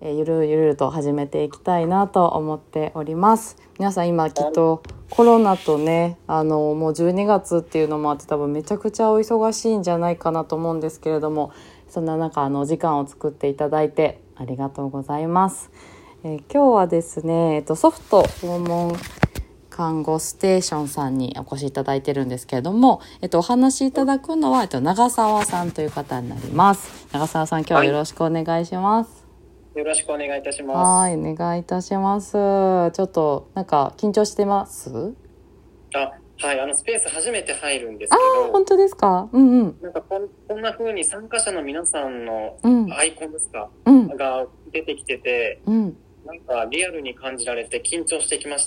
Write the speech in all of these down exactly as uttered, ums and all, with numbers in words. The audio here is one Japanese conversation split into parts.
えー、ゆるゆると始めていきたいなと思っております。皆さん今きっとコロナとね、あのもうじゅうにがつっていうのもあって多分めちゃくちゃお忙しいんじゃないかなと思うんですけれども、そんな中あのお時間を作っていただいてありがとうございます。えー、今日はですね、えっと、ソフト訪問看護ステーションさんにお越しいただいてるんですけれども、えっと、お話しいただくのは、えっと、長澤さんという方になります。長澤さん、今日はよろしくお願いします。 はい、よろしくお願いいたします。 はい、お願いいたします。ちょっとなんか緊張してます？ あ、はい、あのスペース初めて入るんですけど。 あ、本当ですか？うんうん。 なんかこん、こんな風に参加者の皆さんのアイコンですか、うん、が出てきてて、うん、なんかリアルに感じられて緊張してきました。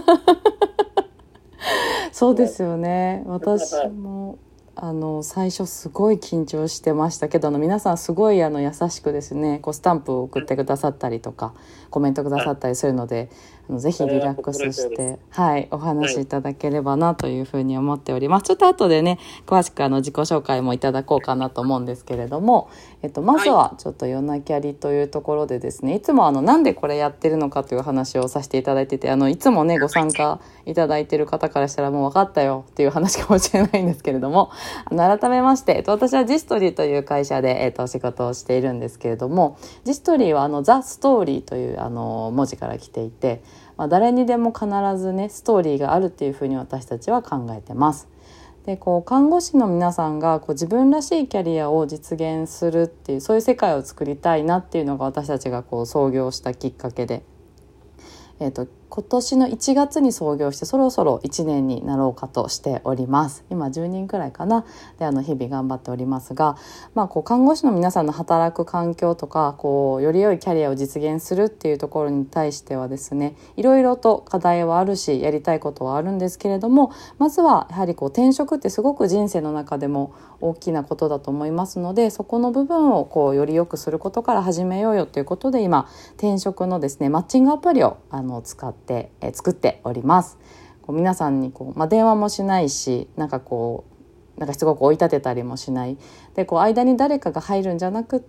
そうですよね。私もあの最初すごい緊張してましたけど、あの皆さんすごいあの優しくですね、こうスタンプを送ってくださったりとかコメントくださったりするので、あのぜひリラックスしてはいお話しいただければなというふうに思っております。ちょっと後でね詳しくあの自己紹介もいただこうかなと思うんですけれども、えっと、まずはちょっと夜なキャリというところでですね、いつもあのなんでこれやってるのかという話をさせていただいてて、あのいつもねご参加いただいている方からしたらもう分かったよっていう話かもしれないんですけれども、あの改めまして、えっと、私はジストリーという会社で、えっと、仕事をしているんですけれども、ジストリーはあのザ・ストーリーというあの文字から来ていて、まあ、誰にでも必ずねストーリーがあるっていうふうに私たちは考えてます。でこう看護師の皆さんがこう自分らしいキャリアを実現するっていう、そういう世界を作りたいなっていうのが私たちがこう創業したきっかけで、えーと、今年のいちがつに創業してそろそろいちねんになろうかとしております。今じゅうにんくらいかなであの日々頑張っておりますが、まあ、こう看護師の皆さんの働く環境とかこうより良いキャリアを実現するっていうところに対してはですね、いろいろと課題はあるしやりたいことはあるんですけれども、まずはやはりこう転職ってすごく人生の中でも大きなことだと思いますので、そこの部分をこうより良くすることから始めようよということで、今転職のですねマッチングアプリをあの使ってえ作っております。こう皆さんにこう、まあ、電話もしないし、なんかこうなんかすごく追い立てたりもしないで、こう間に誰かが入るんじゃなくって、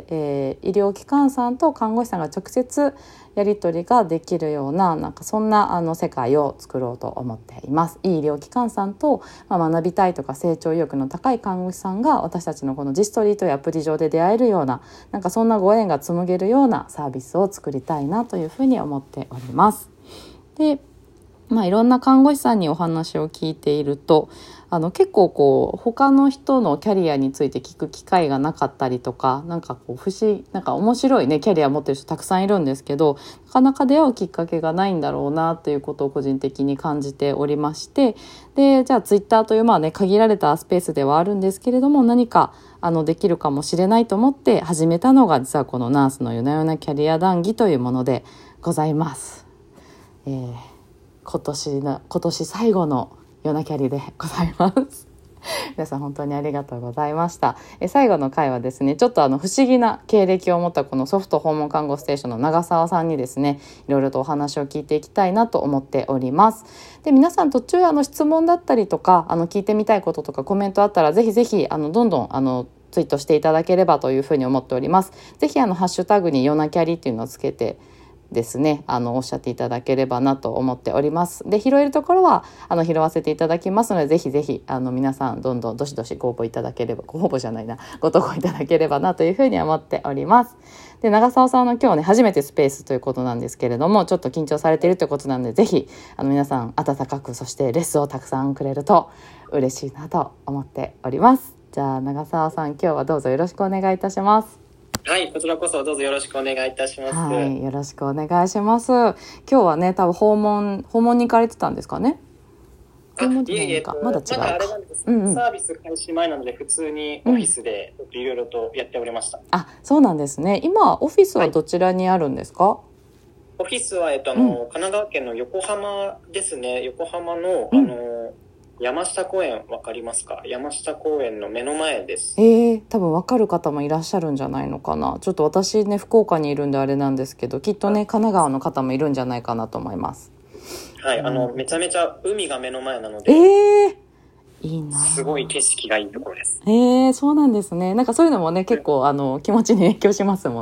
えー、医療機関さんと看護師さんが直接やり取りができるような、なんかそんなあの世界を作ろうと思っています。いい医療機関さんと、まあ、学びたいとか成長意欲の高い看護師さんが私たちのこのジストリーというアプリ上で出会えるような、なんかそんなご縁が紡げるようなサービスを作りたいなというふうに思っております。で、まあ、いろんな看護師さんにお話を聞いていると、あの結構こう他の人のキャリアについて聞く機会がなかったりとか、なんかこう不思議なんか面白いねキャリア持ってる人たくさんいるんですけど、なかなか出会うきっかけがないんだろうなということを個人的に感じておりまして、でじゃあツイッターというまあね限られたスペースではあるんですけれども、何かあのできるかもしれないと思って始めたのが、実はこのナースの夜な夜なキャリア談義というものでございます。えー、今年の今年最後の夜なキャリでございます皆さん本当にありがとうございました。え最後の回はですね、ちょっとあの不思議な経歴を持ったこのソフト訪問看護ステーションの長澤さんにですね、いろいろとお話を聞いていきたいなと思っております。で皆さん途中あの質問だったりとか、あの聞いてみたいこととかコメントあったら、ぜひぜひあのどんどんあのツイートしていただければというふうに思っております。ぜひあのハッシュタグに夜なキャリっていうのをつけてですね、あのおっしゃっていただければなと思っております。で拾えるところはあの拾わせていただきますので、ぜひぜひあの皆さんどんどんどしどしご応募いただければ、ご応募じゃないなご投稿いただければなというふうに思っております。で長澤さんの今日ね初めてスペースということなんですけれども、ちょっと緊張されているということなので、ぜひあの皆さん温かく、そしてレッスンをたくさんくれると嬉しいなと思っております。じゃあ長澤さん、今日はどうぞよろしくお願いいたします。 はい、こちらこそどうぞよろしくお願いいたします。 はい、よろしくお願いします。今日はね、多分訪問訪問に行かれてたんですかね。 あ、いえいえ、 まだ違うか。 まだあれなんです、うんうん、サービス開始前なので普通にオフィスでいろいろとやっておりました、うん、 あ、そうなんですね。今オフィスはどちらにあるんですか？はい、 オフィスは、えっとあの、うん、神奈川県の横浜ですね。横浜の、うん、あの山下公園わかりますか？山下公園の目の前です。 えー、多分わかる方もいらっしゃるんじゃないのかな。ちょっと私ね福岡にいるんであれなんですけど、きっとね神奈川の方もいるんじゃないかなと思います。 はい、うん、あのめちゃめちゃ海が目の前なので、 えー、いいな。 すごい景色がいいところです。 えー、そうなんですね。なんかそういうのもね結構あの気持ちに影響しますもんね。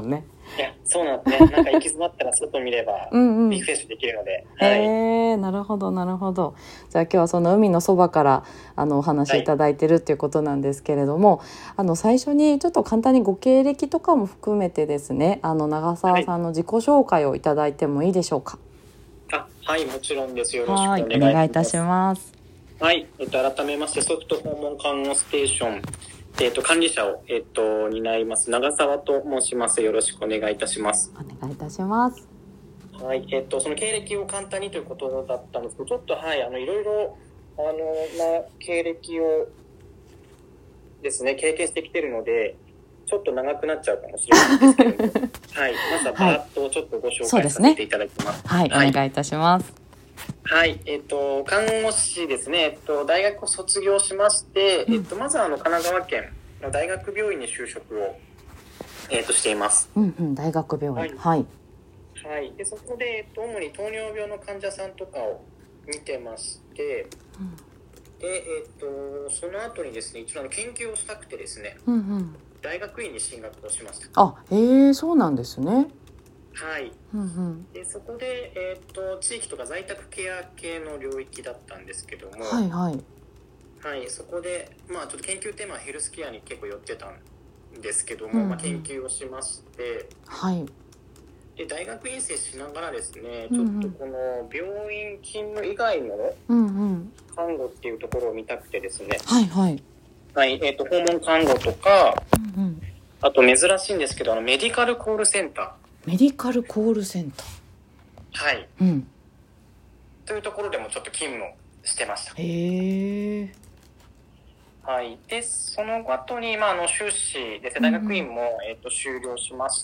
いや、そうなんですね。なんか行き詰まったら外見ればうんうん。 リフレッシュできるので。はい。 えー、なるほどなるほど。じゃあ今日はその海のそばからあのお話しいただいてるっていうことなんですけれども、あの最初にちょっと簡単にご経歴とかも含めてですね、あの長澤さんの自己紹介をいただいてもいいでしょうか。 あ、はい、もちろんです。よろしくおはい、 願いします。 お願いいたします。 はい、えっと、改めましてソフト訪問看護ステーション、えっと、管理者を、えっと、担います長澤と申します。よろしくお願いいたします。 お願いいたします。 はい、えっと、その経歴を簡単にということだったんですけど、ちょっと、はい、あの、いろいろ、あの、まあ、経歴をですね、経験してきているので、ちょっと長くなっちゃうかもしれないんですけれども、はい、まずはバーッとちょっとご紹介させていただきます。 はい、はい、お願いいたします。 はい、えっと、看護師ですね、えっと、大学を卒業しまして、うん、えっと、まずはあの、神奈川県の大学病院に就職を、えっと、しています。 うんうん、大学病院。はい。はい。 はい、でそこで、えっと、主に糖尿病の患者さんとかを見てまして、うん、で、えっと、その後にですね、一応研究をしたくてですね、うんうん、大学院に進学をしました。 あ、へえ、そうなんですね。 はい、うんうん、でそこで、えー、と地域とか在宅ケア系の領域だったんですけども、 はいはいはい、そこで、まあ、ちょっと研究テーマはヘルスケアに結構寄ってたんですけども、うんうん、まあ、研究をしまして、はい、で大学院生しながらですね、うんうん、ちょっとこの病院勤務以外の看護っていうところを見たくてですね、 はいはいはい、えー、と訪問看護とか、うんうん、あと珍しいんですけどあのメディカルコールセンターメディカルコールセンター。 はい。うん。というところでもちょっと勤務をしてました。へえ。はい。で、その後に、まあ、あの、修士で、大学院も、うん、えっと、修了しまして、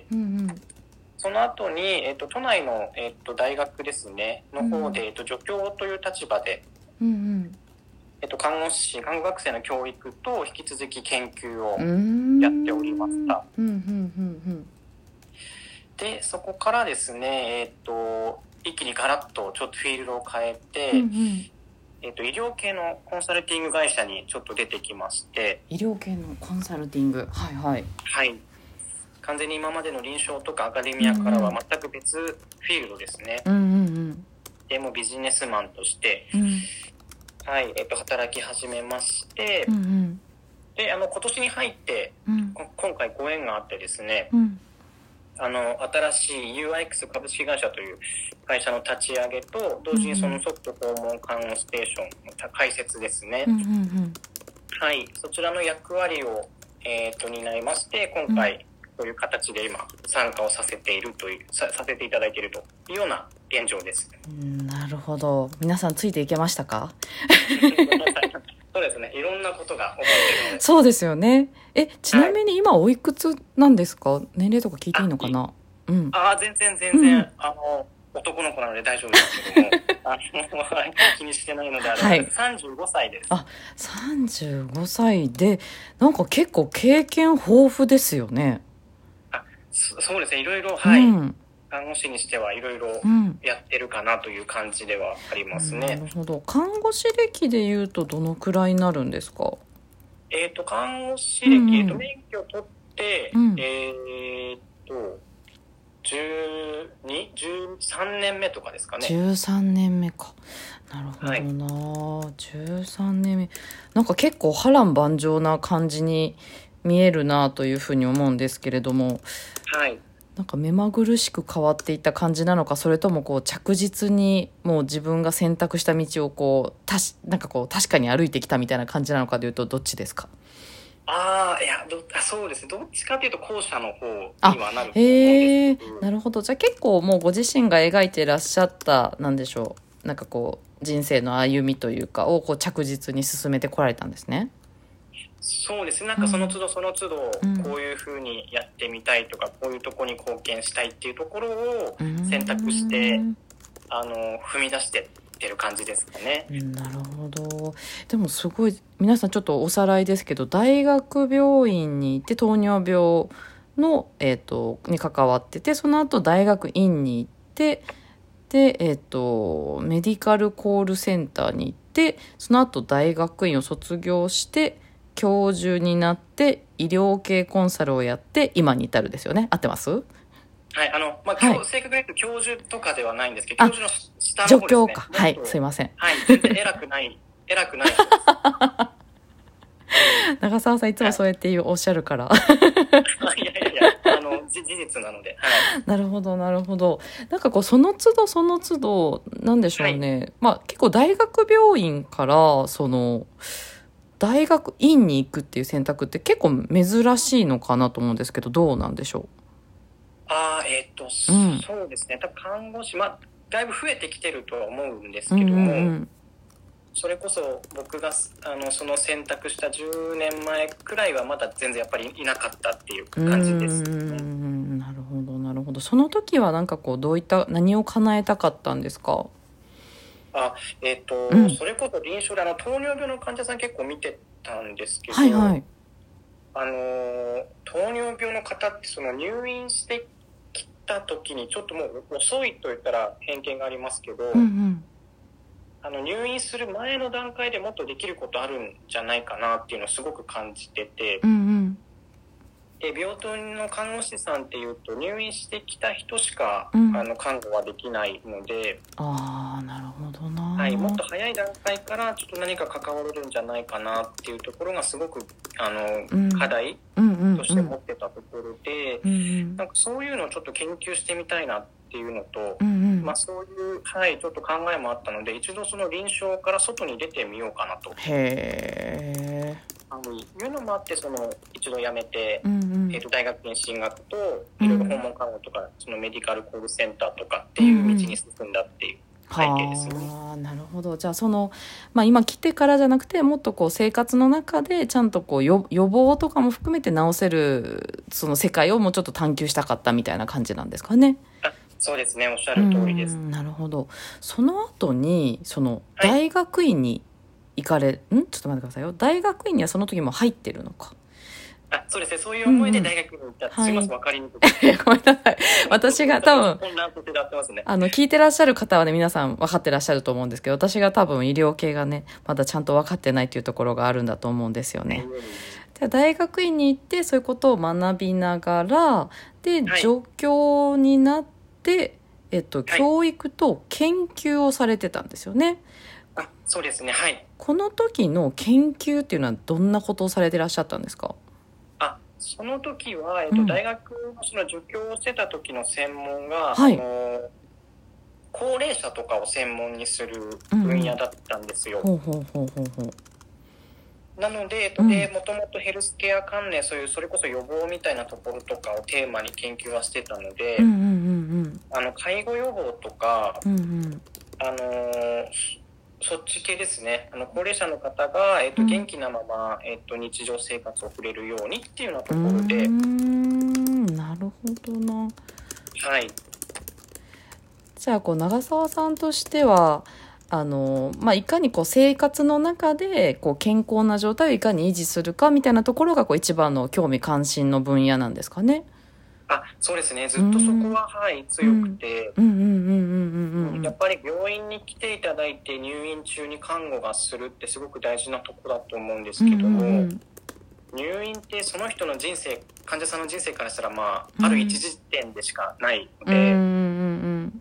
うんうん、その後に、えっと、都内の、えっと、大学ですね、の方で、うん、えっと、助教という立場で、うんうん、えっと、看護師、看護学生の教育と引き続き研究をやっておりました。うんうんうんうんでそこからですね、えー、と一気にガラッとちょっとフィールドを変えて、うんうんえー、と医療系のコンサルティング会社にちょっと出てきまして、 医療系のコンサルティング、はいはいはい、完全に今までの臨床とかアカデミアからは全く別フィールドですね、うんうんうん、でもビジネスマンとして、うんはいえー、と働き始めまして、うんうん、であの今年に入って、うん、今回ご縁があってですね、うんあの新しい ユーアイエックス 株式会社という会社の立ち上げと同時にそのソフト訪問看護ステーションの開設ですね、うんうんうん、はいそちらの役割を、えー、と担いまして今回こういう形で今参加をさせているというさ、させていただいているというような現状です。 なるほど。皆さんついていけましたか？ そうですね。いろんなことが起こっているので。 そうですよね。え、ちなみに今おいくつなんですか？はい、年齢とか聞いていいのかな？うん。 ああ、全然全然、うん、あの男の子なので大丈夫ですけども、あの気にしてないのであれば、はい、さんじゅうごさいです。 あ、さんじゅうごさいでなんか結構経験豊富ですよね。 あ、そ, そうですね。いろいろはい。うん看護師にしてはいろいろやってるかなという感じではありますね、うん、なるほど。看護師歴でいうとどのくらいになるんですか？ えっ、ー、と看護師歴、うんうん、えー、と免許取って、うん、えっ、ー、とじゅうに、じゅうさんねんめとかですかね。 じゅうさんねんめか。なるほどな、はい、じゅうさんねんめなんか結構波乱万丈な感じに見えるなというふうに思うんですけれども、 はいなんか目まぐるしく変わっていった感じなのか、それともこう着実にもう自分が選択した道をこうたしなんかこう確かに歩いてきたみたいな感じなのかというとどっちですか？ ああいやどあそうですね、どっちかというと後者の方にはなると思うんです。 へえ、なるほど。じゃあ結構もうご自身が描いていらっしゃったなんでしょう、なんかこう人生の歩みというかをこう着実に進めてこられたんですね。 そうですね、なんかその都度その都度こういう風にやってみたいとか、こういうところに貢献したいっていうところを選択してあの踏み出してってる感じですかね。 なるほど。でもすごい皆さんちょっとおさらいですけど、大学病院に行って糖尿病の、えーと、に関わってて、その後大学院に行ってで、えーと、メディカルコールセンターに行って、その後大学院を卒業して教授になって医療系コンサルをやって今に至るですよね。合ってます？ はい、あの、まあ、はい、正確に言うと教授とかではないんですけど、教授の下の方ですね。助教か。はい、すいません。 はい、全然偉くない、偉くない。 長澤さんいつもそうやっておっしゃるから。 いやいやいや、あの、事実なので。はい、 なるほど、なるほど。なんかこう、その都度その都度、なんでしょうね。はい、まあ、結構大学病院から、その、大学院に行くっていう選択って結構珍しいのかなと思うんですけど、どうなんでしょう？ ああ、えっ、ー、と、うん、そうですね。多分看護師、まあ、だいぶ増えてきてるとは思うんですけども、うんうんうん、それこそ僕があのその選択したじゅうねんまえくらいはまだ全然やっぱりいなかったっていう感じですね。 うん、なるほど、なるほど。その時はなんかこう、どういった、何を叶えたかったんですか？ あ、えっ、ー、と、うん、それこそ臨床であの糖尿病の患者さん結構見てたんですけど、 はいはい、 あの糖尿病の方ってその入院してきた時にちょっともう遅いと言ったら偏見がありますけど、うんうん、あの入院する前の段階でもっとできることあるんじゃないかなっていうのをすごく感じてて、うんうん、で病棟の看護師さんっていうと入院してきた人しか、うん、あの看護はできないので、 ああ、なるほどな、 はい、もっと早い段階からちょっと何か関われるんじゃないかなっていうところがすごくあの、うん、課題として持ってたところで、うんうん、なんかそういうのをちょっと研究してみたいなっていうのと、うんうん、まあ、そういう、はい、ちょっと考えもあったので一度その臨床から外に出てみようかなと。 へー、 あのいうのもあってその一度辞めて、うんうん、えー、と大学院進学といろいろ訪問看護とか、うん、そのメディカルコールセンターとかっていう道に進んだっていう背景ですよね。 うん、あ、なるほど。じゃあその、まあ、今来てからじゃなくてもっとこう生活の中でちゃんとこう予防とかも含めて治せるその世界をもうちょっと探求したかったみたいな感じなんですかね。 あ、そうですね、おっしゃる通りです。 なるほど。その後にその大学院に行かれ、はい、んちょっと待ってくださいよ。大学院にはその時も入ってるのか。 あ、そうですね、そういう思いで大学に行った、うんうん、すいません、分かりにくくてごめんなさい、私が多分混乱させてやってますね。 あの聞いてらっしゃる方はね皆さん分かってらっしゃると思うんですけど、私が多分医療系がねまだちゃんと分かってないっていうところがあるんだと思うんですよね。で大学院に行ってそういうことを学びながらで、はい、助教になって、えっと、教育と研究をされてたんですよね。 はい、あ、そうですね、はい。 この時の研究っていうのはどんなことをされてらっしゃったんですか？ あ、その時は、えっと、大学のその助教をしてた時の専門が、 はい、 あの高齢者とかを専門にする分野だったんですよ。 うん、ほうほうほうほうほう。 なので、えっと、でもともとヘルスケア関連そういうそれこそ予防みたいなところとかをテーマに研究はしてたので、 うんうんうんうん、 あの介護予防とか、 うんうん、 あのそっち系ですね。あの高齢者の方が、えっと、元気なまま、えっと、日常生活を送れるようにっていうようなところで。 うーん、なるほどな。 はい。 じゃあこう長澤さんとしてはあの、まあ、いかにこう生活の中でこう健康な状態をいかに維持するかみたいなところがこう一番の興味関心の分野なんですかね。 あ、そうですね。ずっとそこは、はい、強くて、やっぱり病院に来ていただいて入院中に看護がするってすごく大事なところだと思うんですけども、うんうんうん、入院ってその人の人生、患者さんの人生からしたら、まあ、ある一時点でしかないので、うんうんうん、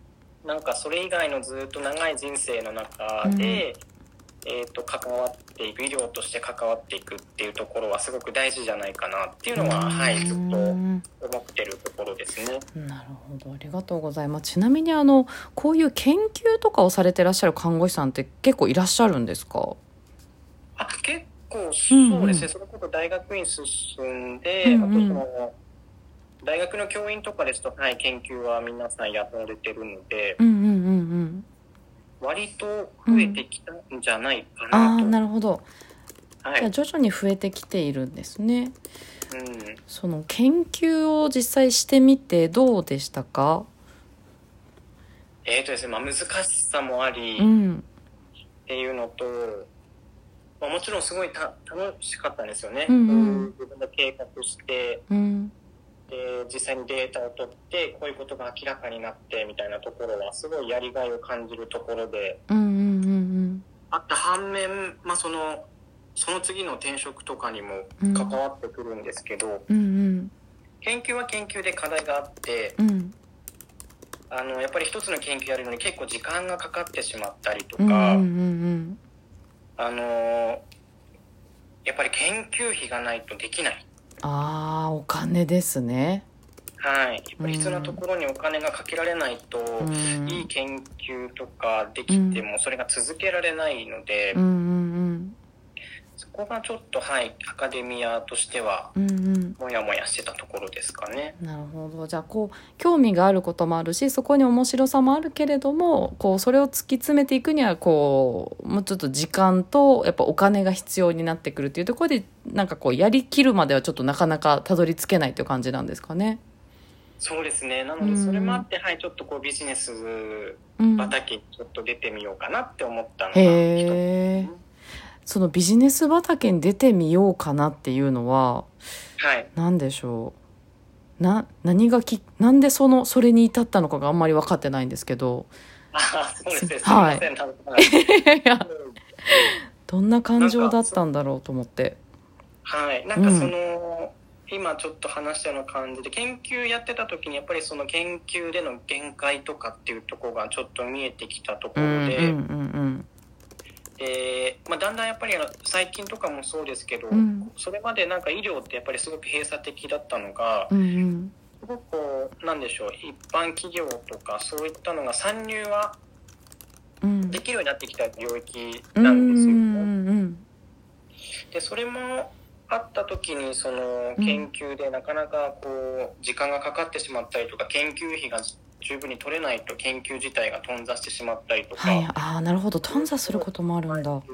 なんかそれ以外のずっと長い人生の中で、うんえー、と関わっていく医療として関わっていくっていうところはすごく大事じゃないかなっていうのは、はい、ずっと思ってるところですね。 なるほど、ありがとうございます。ちなみにあのこういう研究とかをされてらっしゃる看護師さんって結構いらっしゃるんですか？ あ、結構そうですね、うんうん、それこそ大学院進んで、うんうん、あとその大学の教員とかですと、はい、研究は皆さんやられてるので、うんうんうんうん割と増えてきたんじゃないかなと、うん、 あ、なるほど、 はい、 じゃあ徐々に増えてきているんですね、 うん、 その研究を実際してみてどうでしたか？ えーとですね、まあ、難しさもあり、 うん、 っていうのと、まあ、もちろんすごいた楽しかったんですよね、 うんうん、 自分で計画して、 うんで実際にデータを取ってこういうことが明らかになってみたいなところはすごいやりがいを感じるところで、 うんうんうんうん、 あった反面、まあ、そのその次の転職とかにも関わってくるんですけど、 うんうん、 研究は研究で課題があって、 うん、 あのやっぱり一つの研究やるのに結構時間がかかってしまったりとか、 うんうんうん、 あのやっぱり研究費がないとできない。 ああ、お金ですね。 はい、やっぱり必要なところにお金がかけられないと、うん、いい研究とかできてもそれが続けられないので、 うんうんうん、 そこがちょっと、はい、アカデミアとしてはもやもやしてたところですかね。 うんうん、なるほど。じゃあこう興味があることもあるし、そこに面白さもあるけれども、こうそれを突き詰めていくにはこうもうちょっと時間とやっぱお金が必要になってくるっていうところで、なんかこうやりきるまではちょっとなかなかたどり着けないという感じなんですかね。 そうですね。なのでそれもあって、うん、はい、ちょっとこうビジネス畑にちょっと出てみようかなって思ったのが一つ、 へー。そのビジネス畑に出てみようかなっていうのは、 はい、 何でしょう。な、何がき、なんでその、それに至ったのかがあんまり分かってないんですけど。 あ、そうですね。すみません。はい、 いや、どんな感情だったんだろうと思って。 はい。なんかその、うん、今ちょっと話したような感じで研究やってた時にやっぱりその研究での限界とかっていうところがちょっと見えてきたところで、うんうんうんうんえーまあ、だんだんやっぱり最近とかもそうですけど、うん、それまでなんか医療ってやっぱりすごく閉鎖的だったのが、うんうん、すごくこうなんでしょう、一般企業とかそういったのが参入はできるようになってきた領域なんですよね、うんうんうん、でそれもあった時にその研究でなかなかこう時間がかかってしまったりとか、研究費が十分に取れないと研究自体が頓挫してしまったりとか、 はい、ああなるほど、頓挫することもあるんだ。はい、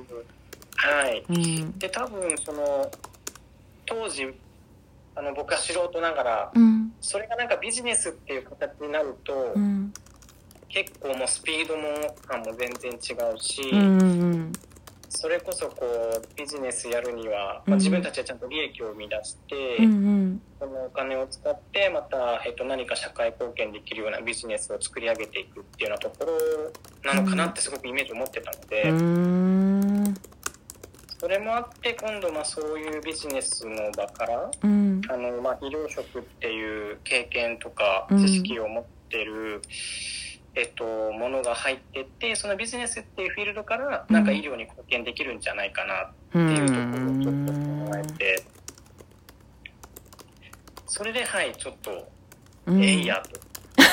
うん、で多分その当時あの僕は素人ながら、うん、それがなんかビジネスっていう形になると、うん、結構もうスピードも感も全然違うし、うんうんうんそれこそこうビジネスやるには、まあ、自分たちはちゃんと利益を生み出して、うんうん、そのお金を使ってまた、えっと、何か社会貢献できるようなビジネスを作り上げていくっていうようなところなのかなってすごくイメージを持ってたので、うん、それもあって今度まあそういうビジネスの場から、うん、あのまあ、医療職っていう経験とか知識を持ってる、うんえっと、ものが入ってって、そのビジネスっていうフィールドからなんか医療に貢献できるんじゃないかなっていうところをちょっと考えて、それではいちょっと、うん、えいやと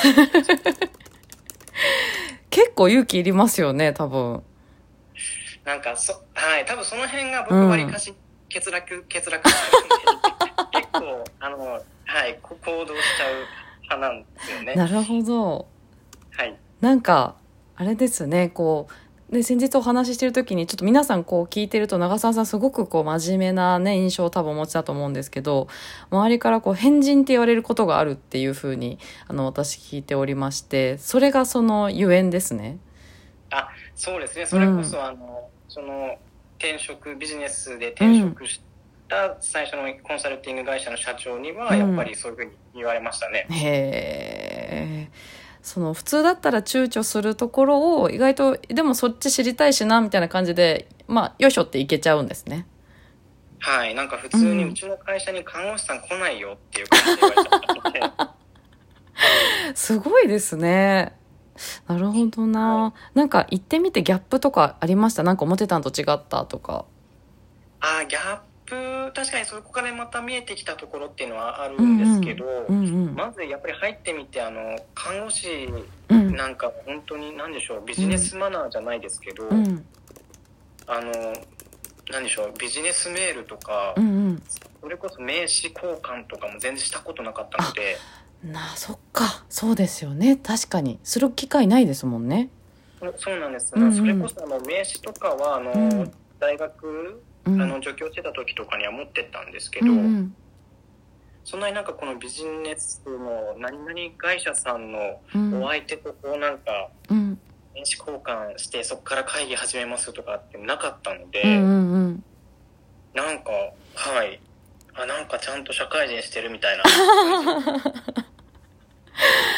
結構勇気いりますよね多分。 なんかそはい多分その辺が僕わりかし欠落欠落しちゃうんで結構あのはい行動しちゃう派なんですよね。 なるほど。 はい、 なんかあれですね、こうで先日お話ししてる時にちょっと皆さんこう聞いてると長澤さんすごくこう真面目なね印象を多分お持ちだと思うんですけど、周りからこう変人って言われることがあるっていう風にあの私聞いておりまして、それがそのゆえんですね。 あ、そうですね。それこそ、うん、あのその転職ビジネスで転職した最初のコンサルティング会社の社長にはやっぱりそういう風に言われましたね。 うん、へー。その普通だったら躊躇するところを意外とでもそっち知りたいしなみたいな感じでまあよいしょっていけちゃうんですね。 はい、なんか普通にうちの会社に看護師さん来ないよっていう感じで言われちゃったので、 うん、すごいですね。なるほどな、はい、なんか行ってみてギャップとかありました？なんか思ってたのと違ったとか。 あ、ギャップ確かにそこからまた見えてきたところっていうのはあるんですけど、うんうんうん、まずやっぱり入ってみてあの看護師なんか本当に何でしょう、ビジネスマナーじゃないですけど、うん、あの何でしょう、ビジネスメールとか、うんうん、それこそ名刺交換とかも全然したことなかったので。 なあ、そっか、そうですよね。確かにする機会ないですもんね。 そうなんです、うんうん、それこそあの名刺とかはあの、うん、大学あの助教してた時とかには持ってったんですけど、うんうん、そんなになんかこのビジネスの何々会社さんのお相手とこうなんか名刺交換してそこから会議始めますとかってなかったので、うんうんうん、なんかはいあなんかちゃんと社会人してるみたいな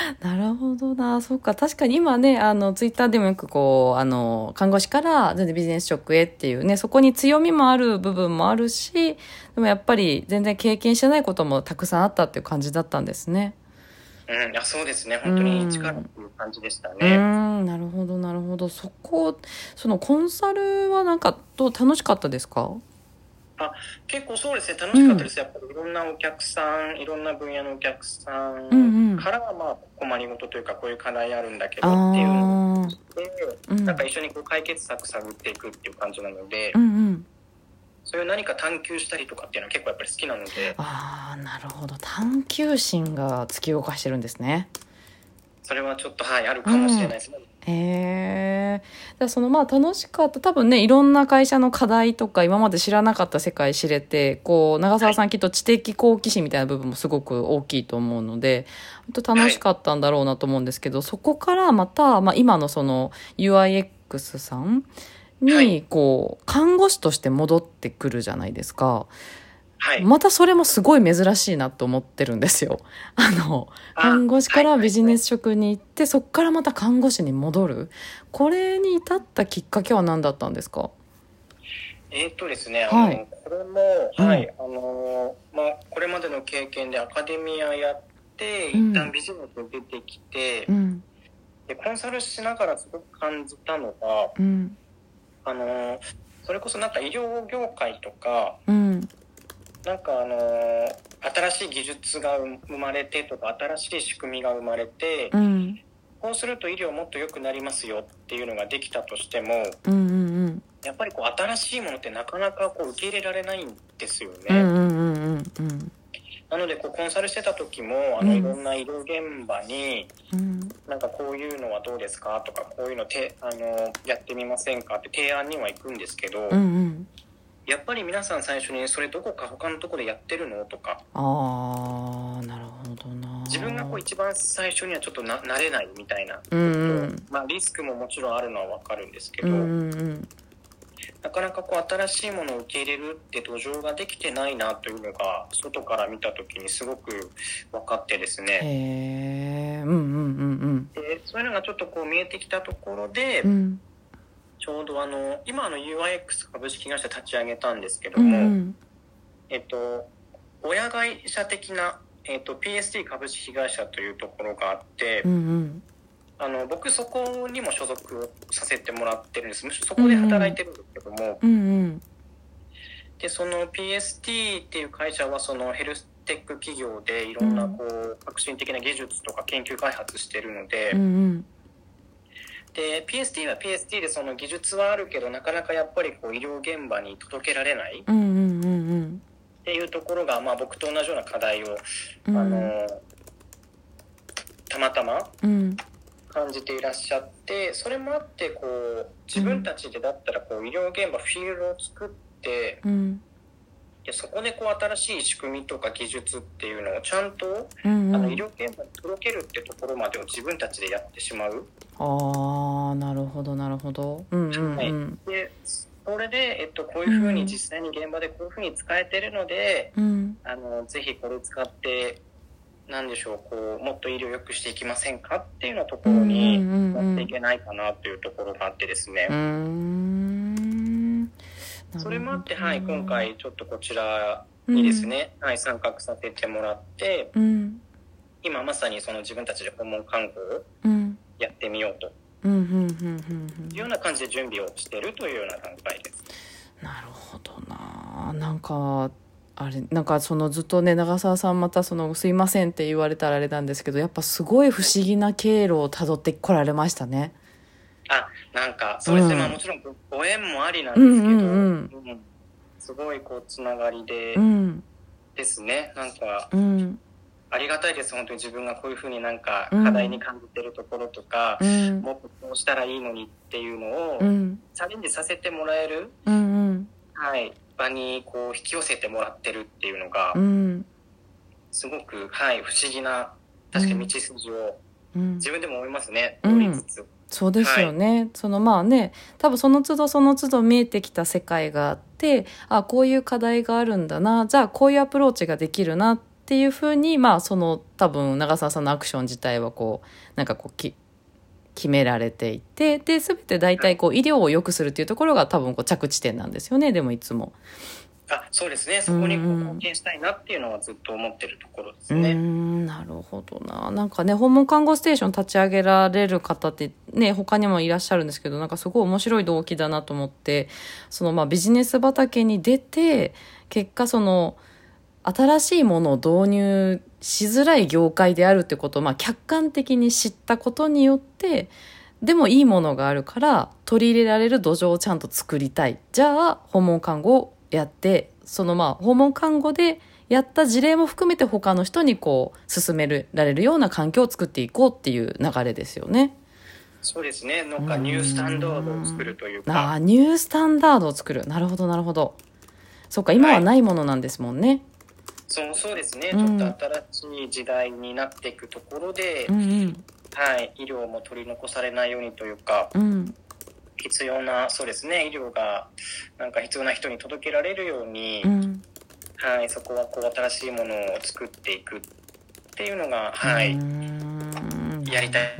なるほどな。そうか。確かに今ね、あの、ツイッターでもよくこう、あの、看護師から全然ビジネス職へっていうね、そこに強みもある部分もあるし、でもやっぱり全然経験してないこともたくさんあったっていう感じだったんですね。 うん、いやそうですね。本当に一からっていう感じでしたね。 うん、なるほど、なるほど。そこ、そのコンサルはなんか、どう楽しかったですか？ あ、結構そうですね、楽しかったです、うん、やっぱりいろんなお客さん、いろんな分野のお客さんからは、まあ、困りごとというか、こういう課題あるんだけどっていうのをで、うん、なんか一緒にこう解決策探っていくっていう感じなので、うんうん、そういう何か探求したりとかっていうのは結構やっぱり好きなので。 ああ、なるほど。探求心が突き動かしてるんですね。 それはちょっと、はい、あるかもしれないですね。 うん、へえ。だそのまあ楽しかった。多分ね、いろんな会社の課題とか今まで知らなかった世界知れて、こう長澤さん、はい、きっと知的好奇心みたいな部分もすごく大きいと思うので、本当楽しかったんだろうなと思うんですけど、はい、そこからまた、まあ、今のその ユーアイエックス さんにこう看護師として戻ってくるじゃないですか。はい、またそれもすごい珍しいなと思ってるんですよ。あの看護師からビジネス職に行って、はいはいはい、そこからまた看護師に戻る。これに至ったきっかけは何だったんですか？ えーっとですね、あの、はい、これも、はい、うん、あのまあ、これまでの経験でアカデミアやって、うん、一旦ビジネスに出てきて、うん、でコンサルしながらすごく感じたのが、うん、あのそれこそなんか医療業界とか、うん、なんかあのー、新しい技術が生まれてとか新しい仕組みが生まれて、うん、こうすると医療もっと良くなりますよっていうのができたとしても、うんうんうん、やっぱりこう新しいものってなかなかこう受け入れられないんですよね。うんうんうんうん、なのでこうコンサルしてた時もあのいろんな医療現場に、うん、なんかこういうのはどうですかとかこういうのてあのやってみませんかって提案には行くんですけど、うんうん、やっぱり皆さん最初にそれどこか他のところでやってるのとか、 あーなるほどな、 自分がこう一番最初にはちょっとな慣れないみたいな、うんうん、まあ、リスクももちろんあるのは分かるんですけど、うんうん、なかなかこう新しいものを受け入れるって土壌ができてないなというのが外から見た時にすごく分かってですね、 へー、うんうんうんうん、 でそういうのがちょっとこう見えてきたところで、うん、ちょうどあの今の ユーアイエックス 株式会社立ち上げたんですけども、うん、えっと親会社的な、えっと、ピーエスティー 株式会社というところがあって、うんうん、あの僕そこにも所属させてもらってるんです。むしろそこで働いてるんですけども、うんうん、でその ピーエスティー っていう会社はそのヘルステック企業でいろんなこう革新的な技術とか研究開発してるので、うんうん、で ピーエスティー は ピーエスティー でその技術はあるけどなかなかやっぱりこう医療現場に届けられない、うんうんうんうん、っていうところが、まあ、僕と同じような課題を、うん、あのたまたま感じていらっしゃって、それもあってこう自分たちでだったらこう医療現場フィールドを作って、うん、でそこでこう新しい仕組みとか技術っていうのをちゃんと、うんうん、あの医療現場に届けるってところまでを自分たちでやってしまう。 ああ、なるほどなるほど、うんうんうん、 はい、でそれで、えっと、こういうふうに実際に現場でこういうふうに使えてるので、うん、あのぜひこれを使ってなんでしょう、こうもっと医療を良くしていきませんかっていうようなところにやっていけないかなというところがあってですね、うんうん、それもあって、はい、今回ちょっとこちらにですね、うん、はい、参画させてもらって、うん、今まさにその自分たちで訪問看護をやってみようというような感じで準備をしているというような段階です。 なるほどな。なんかあれなんかそのずっとね長澤さんまたそのすいませんって言われたらあれなんですけど、やっぱすごい不思議な経路をたどってこられましたね。 あ、なんかそうですね、うん、まあもちろんご縁もありなんですけど、うんうんうんうん、すごいこうつながりで、うん、ですね、なんか、うん、ありがたいです。本当に自分がこういうふうになんか課題に感じてるところとか、うん、もっとこうしたらいいのにっていうのをチャレンジさせてもらえる、うんうん、はい、場にこう引き寄せてもらってるっていうのが、うん、すごく、はい、不思議な確かに道筋を自分でも思いますね、 うん、りつつ、うん、そうですよね、はい、そのまあね多分その都度その都度見えてきた世界があって、あこういう課題があるんだな、じゃあこういうアプローチができるなっっていうふうに、まあその多分長澤さんのアクション自体はこうなんかこうき決められていて、で全て大体こう医療を良くするっていうところが多分こう着地点なんですよね。でもいつも。 あ、そうですね。そこにこう貢献したいなっていうのはずっと思ってるところですね。 うーん、なるほどな。なんかね、訪問看護ステーション立ち上げられる方ってね、他にもいらっしゃるんですけど、なんかすごい面白い動機だなと思って、そのまあビジネス畑に出て、結果その新しいものを導入しづらい業界であるってことをまあ客観的に知ったことによって、でもいいものがあるから取り入れられる土壌をちゃんと作りたい。じゃあ訪問看護をやって、そのまあ訪問看護でやった事例も含めて他の人にこう進められるような環境を作っていこうっていう流れですよね。 そうですね。なんかニュースタンダードを作るというか。 ああ、ニュースタンダードを作る。なるほどなるほど。そうか、今はないものなんですもんね。はい、 そうそうですね、うん、ちょっと新しい時代になっていくところで、 うんうん、はい、 医療も取り残されないようにというか、 うん、 必要なそうですね、医療がなんか必要な人に届けられるように、 うん、 はい、そこはこう新しいものを作っていくっていうのが、はい、やりたい、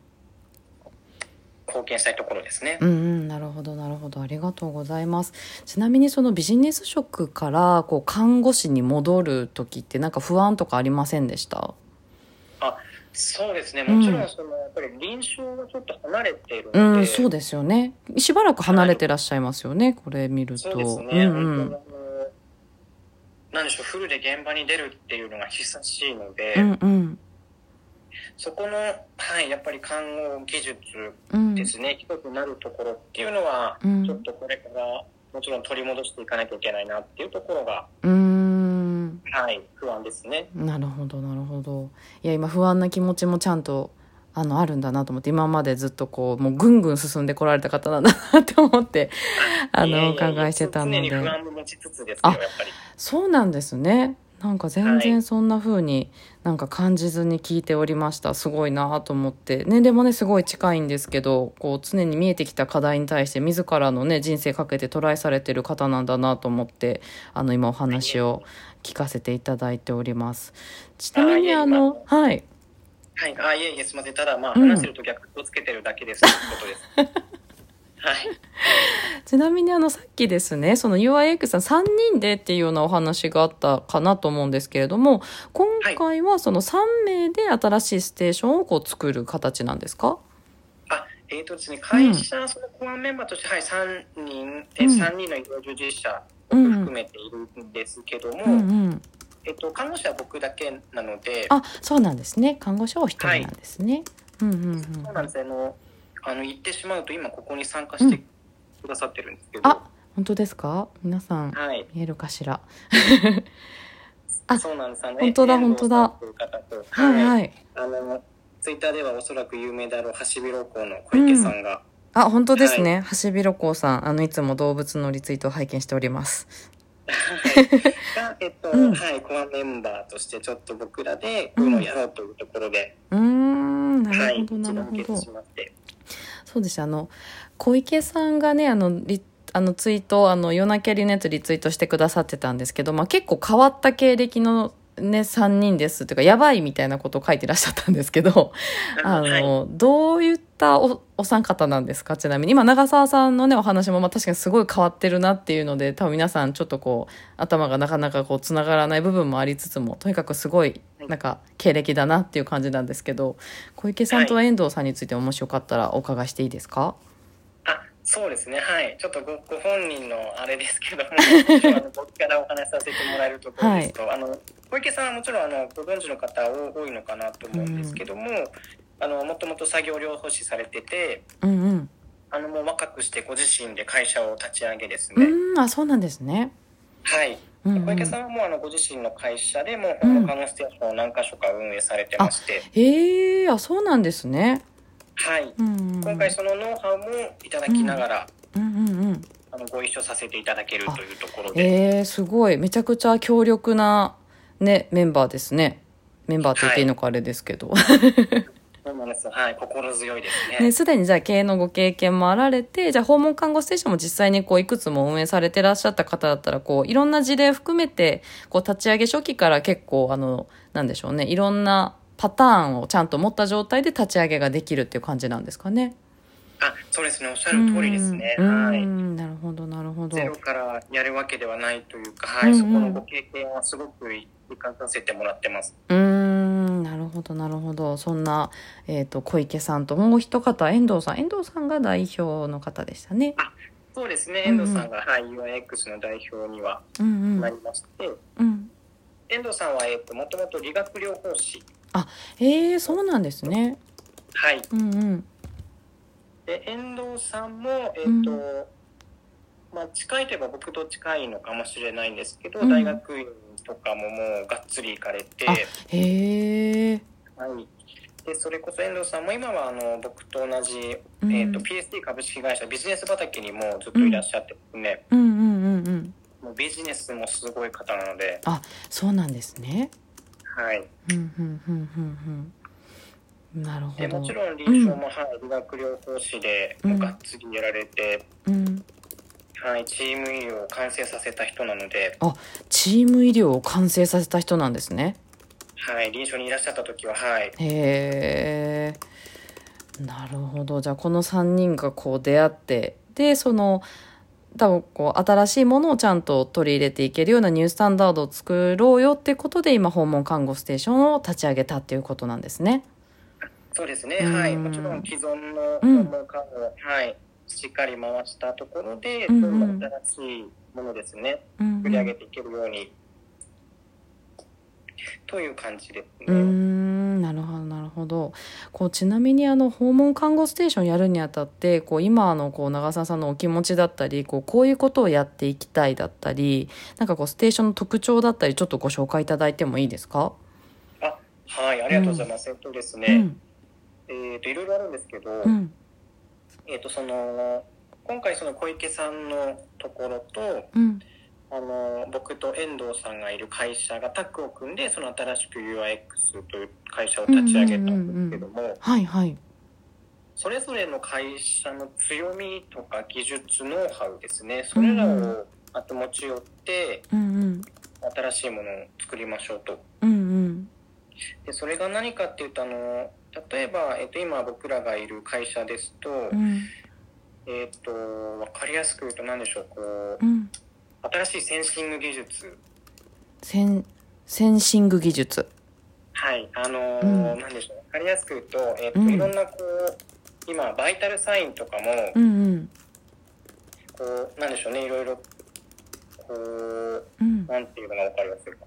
貢献したいところですね。 うんうん、なるほどなるほど、ありがとうございます。ちなみにそのビジネス職からこう看護師に戻る時ってなんか不安とかありませんでした？ あ、そうですね、もちろんその、うん、やっぱり臨床はちょっと離れているので、 うん、そうですよね、しばらく離れてらっしゃいますよね、はい、これ見ると。 そうですね、うんうん、なんでしょう、フルで現場に出るっていうのが久しいので、 うんうん、 そこの、はい、やっぱり看護技術ですね、一つになるところっていうのは、うん、ちょっとこれからもちろん取り戻していかなきゃいけないなっていうところが、 うーん、 はい、不安ですね。 なるほどなるほど。いや今不安な気持ちもちゃんとあのあるんだなと思って、今までずっとこうもうぐんぐん進んでこられた方なんだなって思ってあのお伺いしてたので、 常に不安も持ちつつですよ、やっぱり。 そうなんですね。なんか全然そんな風になんか感じずに聞いておりました。すごいなと思って、年齢もねすごい近いんですけど、こう常に見えてきた課題に対して自らのね人生かけてトライされてる方なんだなと思って、あの今お話を聞かせていただいております。ちなみにあのはいはい、あ、いえいえ、すみません。ただまあ、うん、話してるときは気をつけてるだけですということです。はい、 ちなみにあのさっきですね、その ユーアイエックス さんさんにんでっていうようなお話があったかなと思うんですけれども、今回はそのさんめいで新しいステーションをこう作る形なんですか？ あ、えーとですね、会社、うん、そのコアメンバーとして、はい、さんにん、えー、さんにんの医療従事者を含めているんですけども、うんうん、えーと、看護師は僕だけなので。 あ、そうなんですね。看護師はお一人なんですね。 はい、うんうんうん、そうなんですね。あのあの言ってしまうと今ここに参加してくださってるんですけど、うん、 あ、本当ですか？皆さん、はい、見えるかしら？ あ、そうなんです。あの本当だ本当だ。はいはい。 あのツイッターではおそらく有名であるハシビロコウの小池さんが、 うん、あ、本当ですね。はい、ハシビロコウさん、あのいつも動物のリツイートを拝見しております。 はい、が、えっと、うん、はい、コアメンバーとしてちょっと僕らでこういうのをやろうというところで、 うん、うーん、なるほどなるほど。 はい、 そうです。あの小池さんがね、あのリあのツイート、あの夜なきゃりのやつリツイートしてくださってたんですけど、まあ、結構変わった経歴のねさんにんですっていうか、やばいみたいなことを書いてらっしゃったんですけど、あの、はい、どういったおお三方なんですか？ちなみに今長澤さんのねお話もまあ確かにすごい変わってるなっていうので、多分皆さんちょっとこう頭がなかなかこうつながらない部分もありつつも、とにかくすごいなんか経歴だなっていう感じなんですけど、小池さんと遠藤さんについてもしよかったらお伺いしていいですか？ あ、そうですね、はい、ちょっと ご, ご本人のあれですけどもあの僕からお話しさせてもらえるところですと、はい、あの小池さんはもちろんあのご存知の方多いのかなと思うんですけども、うん、あのもともと作業療法士されてて、 うんうん、 あのもう若くしてご自身で会社を立ち上げですね。 うん、あ、そうなんですね。 はい、うんうん、小池さんはもうあのご自身の会社でもう訪問看護ステーションを何か所か運営されてまして、 うん、へえ、あ、そうなんですね。 はい、うんうん、今回そのノウハウもいただきながら、 うんうんうんうん、 あのご一緒させていただけるというところで、 えー、すごい、めちゃくちゃ強力な、ね、メンバーですね。メンバーって言っていいのかあれですけど、はい、 そうなんです。 す。はい、心強いですね。 ね、すでにじゃあ経営のご経験もあられて、じゃあ訪問看護ステーションも実際にこういくつも運営されてらっしゃった方だったら、こういろんな事例含めて、こう立ち上げ初期から結構あの、なんでしょうね、いろんなパターンをちゃんと持った状態で立ち上げができるっていう感じなんですかね。 あ、そうですね、おっしゃる通りですね。はい。 なるほど、なるほど。 ゼロからやるわけではないというか、はい、うんうん、そこのご経験はすごく生かさせてもらってます。 うーん、なるほど、なるほど。そんな、えっと、小池さんともう一方、遠藤さん。遠藤さんが代表の方でしたね。 あ、そうですね。遠藤さんが、うんうん、はい、ユーアイエックス の代表にはなりまして、うんうん、遠藤さんは、えっと、もともと理学療法士。 あ、へえ、そうなんですね。 はい。 うんうん。 で、遠藤さんも、えっと、うん、まあ、近いといえば僕と近いのかもしれないんですけど、うん、大学院とかももうがっつり行かれて、 へえ。 はい。で、それこそ遠藤さんも今はあの僕と同じ、うん、えっと、ピーエスディー 株式会社ビジネス畑にもずっといらっしゃってですね、 うん、うんうんうんうん。 もうビジネスもすごい方なので。 あ、そうなんですね。 はい。 うんうんうんうんうん。なるほど。 でもちろん臨床も、うん、はい、理学療法士でもうがっつりやられて、うん、はい、チーム医療を完成させた人なので。 あ、チーム医療を完成させた人なんですね。 はい、臨床にいらっしゃった時は、はい。 へー、なるほど。じゃあこのさんにんがこう出会って、でその多分こう新しいものをちゃんと取り入れていけるようなニュースタンダードを作ろうよっていうことで今訪問看護ステーションを立ち上げたっていうことなんですね。 そうですね、はい、もちろん既存の訪問看護を、うん、はい、しっかり回したところで、うんうん、どんどん新しいものですね、うんうん、作り上げていけるようにという感じですね。 うーん、なるほどなるほど。こうちなみにあの訪問看護ステーションやるにあたってこう今のこう長澤さんのお気持ちだったり、こうこういうことをやっていきたいだったり、なんかこうステーションの特徴だったりちょっとご紹介いただいてもいいですか？ あ、はい、ありがとうございます。うん、えっとですね、うんえー、といろいろあるんですけど、うん、えー、とその今回その小池さんのところと、うん、あの僕と遠藤さんがいる会社がタッグを組んでその新しく ユーアイエックス という会社を立ち上げたんですけども、 はいはい、 それぞれの会社の強みとか技術ノウハウですね、それらをあと持ち寄って、うんうん、新しいものを作りましょうと、うんうん、でそれが何かっていうとあの例えば、えっと、今僕らがいる会社ですと、うん、えっと分かりやすく言うと何でしょう、こう、うん、新しいセンシング技術セン、センシング技術はいあのーうん、何でしょう、分かりやすく言うと、えっとうん、いろんなこう今バイタルサインとかも、うんうん、こう何でしょうね、いろいろこう、うん、なんていうのが分かりやすいかな、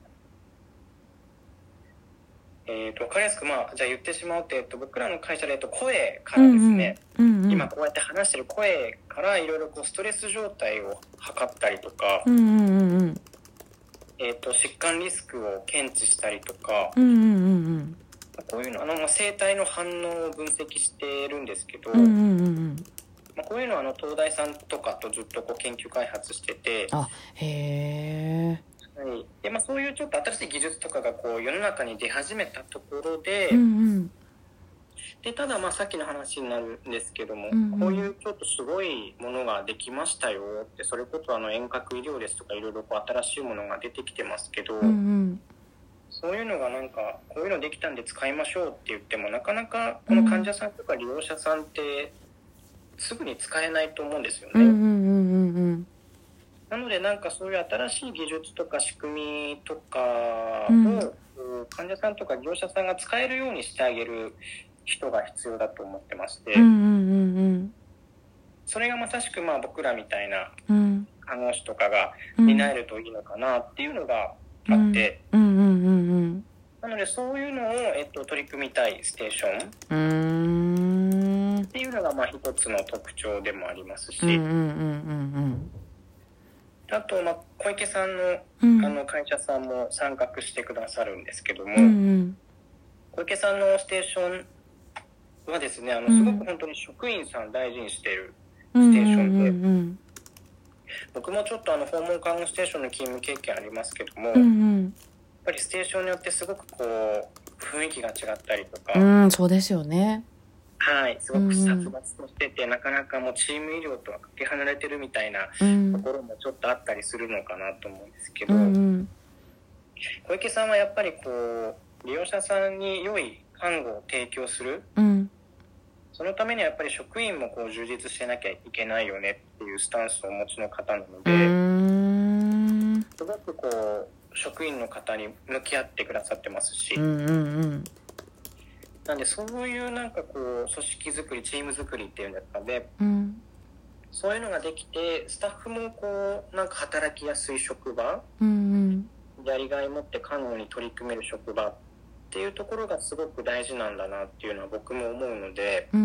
えー、と分かりやすく、まあ、じゃあ言ってしまうと、えっと、僕らの会社で、えっと、声からですね、うんうんうんうん、今こうやって話してる声からいろいろこうストレス状態を測ったりとか、うんうんうんうんえー、と疾患リスクを検知したりとか、うんうんうんうん、こういうのあの、まあ、生体の反応を分析してるんですけど、うんうんうんうんまあ、こういうのはあの東大さんとかとずっとこう研究開発してて、 あへーはいでまあ、そういうちょっと新しい技術とかがこう世の中に出始めたところで、うんうん、でただまあさっきの話になるんですけども、うんうん、こういうちょっとすごいものができましたよって、それこそあの遠隔医療ですとかいろいろこう新しいものが出てきてますけど、うんうん、そういうのがなんかこういうのできたんで使いましょうって言ってもなかなかこの患者さんとか利用者さんってすぐに使えないと思うんですよね。うんうんうんうんなのでなんかそういう新しい技術とか仕組みとかを、うん、患者さんとか業者さんが使えるようにしてあげる人が必要だと思ってまして、うんうんうんうん、それがまさしくまあ僕らみたいな看護師とかが担えるといいのかなっていうのがあって、うんうんうんうん、なのでそういうのを、えっと、取り組みたいステーション、うーんっていうのがまあ一つの特徴でもありますし、うんうんうんうんあと、まあ、小池さん の,、うん、あの会社さんも参画してくださるんですけども、うんうん、小池さんのステーションはですねあのすごく本当に職員さん大事にしているステーションで、うんうんうん、僕もちょっとあの訪問看護ステーションの勤務経験ありますけども、うんうん、やっぱりステーションによってすごくこう雰囲気が違ったりとか、 うん、そうですよね。 はい、すごく殺伐としてて、うん、なかなかもうチーム医療とはかけ離れてるみたいなところもちょっとあったりするのかなと思うんですけど、うんうん、小池さんはやっぱりこう利用者さんに良い看護を提供する、うん、そのためにはやっぱり職員もこう充実してなきゃいけないよねっていうスタンスをお持ちの方なので、うん、すごくこう職員の方に向き合ってくださってますし、うんうんうん、なんでそういうなんかこう組織づくりチームづくりっていうんですかね、うん、そういうのができてスタッフもこうなんか働きやすい職場、うんうん、やりがい持って看護に取り組める職場っていうところがすごく大事なんだなっていうのは僕も思うので、うんうん、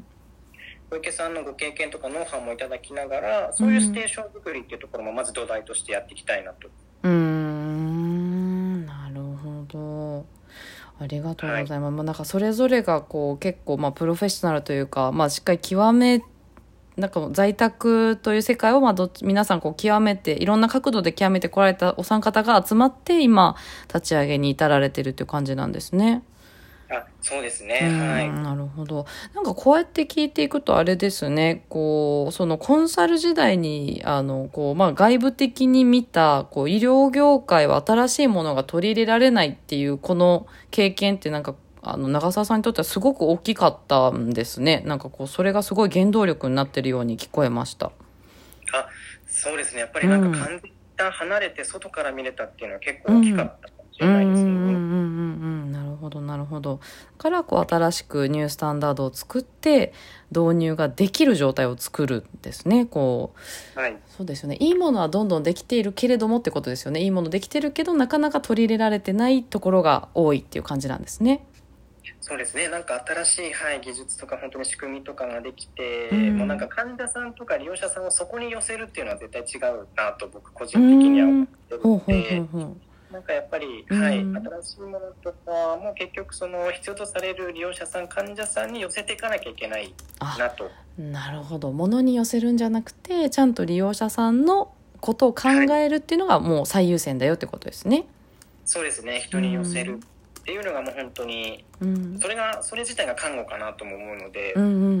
小池さんのご経験とかノウハウもいただきながらそういうステーションづくりっていうところもまず土台としてやっていきたいなと。 うーん、なるほど。ありがとうございます。はい、まあ、なんかそれぞれがこう結構まあプロフェッショナルというか、まあ、しっかり極めなんか在宅という世界をまあどっち皆さんこう極めていろんな角度で極めてこられたお三方が集まって今立ち上げに至られてるっていう感じなんですね。 あ、そうですね。はい。 なるほど。なんかこうやって聞いていくとあれですね。こう、そのコンサル時代に、あの、こう、まあ外部的に見た、こう、医療業界は新しいものが取り入れられないっていう、この経験ってなんか、あの、長澤さんにとってはすごく大きかったんですね。なんかこう、それがすごい原動力になってるように聞こえました。 あ、そうですね。やっぱりなんか完全に離れて外から見れたっていうのは結構大きかったかもしれないですね。うんうんうんうんうん。 なるほどなるほど。からこう新しくニュースタンダードを作って導入ができる状態を作るんですね。こう、はい、そうですよね。いいものはどんどんできているけれどもってことですよね。いいものできてるけどなかなか取り入れられてないところが多いっていう感じなんですね。 そうですね。なんか新しい、はい、技術とか本当に仕組みとかができて、うん、もうなんか患者さんとか利用者さんをそこに寄せるっていうのは絶対違うなと僕個人的には思ってるので、なんかやっぱり、はい、新しいものとかも結局その必要とされる利用者さん患者さんに寄せていかなきゃいけないなと。 なるほど。ものに寄せるんじゃなくてちゃんと利用者さんのことを考えるっていうのがもう最優先だよってことですね。はい、 そうですね。人に寄せるっていうのがもう本当に、うん、それがそれ自体が看護かなとも思うので、うんうんうんうん、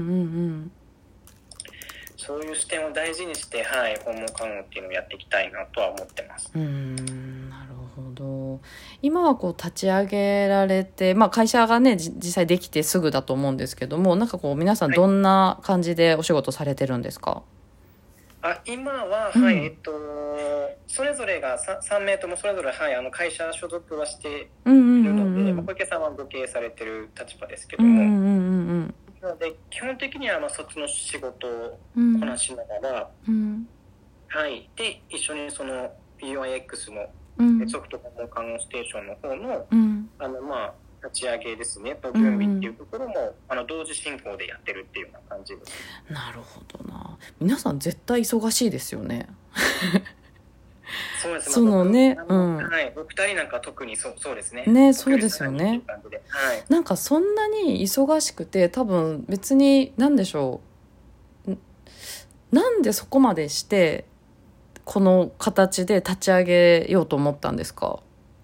そういう視点を大事にして、はい、訪問看護っていうのをやっていきたいなとは思ってます。 うーん、なるほど。今はこう立ち上げられて、まあ、会社がね実際できてすぐだと思うんですけども、なんかこう皆さんどんな感じでお仕事されてるんですか？ はい、あ、今は、うん、はい、えっとそれぞれが 3, さん名ともそれぞれ、はい、あの会社所属はしているので、うんうんうん、小池さんはご経営されてる立場ですけども、うんうんうんうん、なので基本的にはまあそっちの仕事をこなしながら、うん、はい、で一緒にその ビーワイエックス のソフト訪問看護ステーションの方の、うん、あのまあ立ち上げですねと準備っていうところも、うんうん、あの同時進行でやってるっていうような感じです。 なるほどな。皆さん絶対忙しいですよね。 そうです。 そのね、 うん、はい、僕ふたりなんか特にそうそうですね。 ね、そうですよね。 はい、 なんかそんなに忙しくて多分別に何でしょう。なんでそこまでしてこの形で立ち上げようと思ったんですか？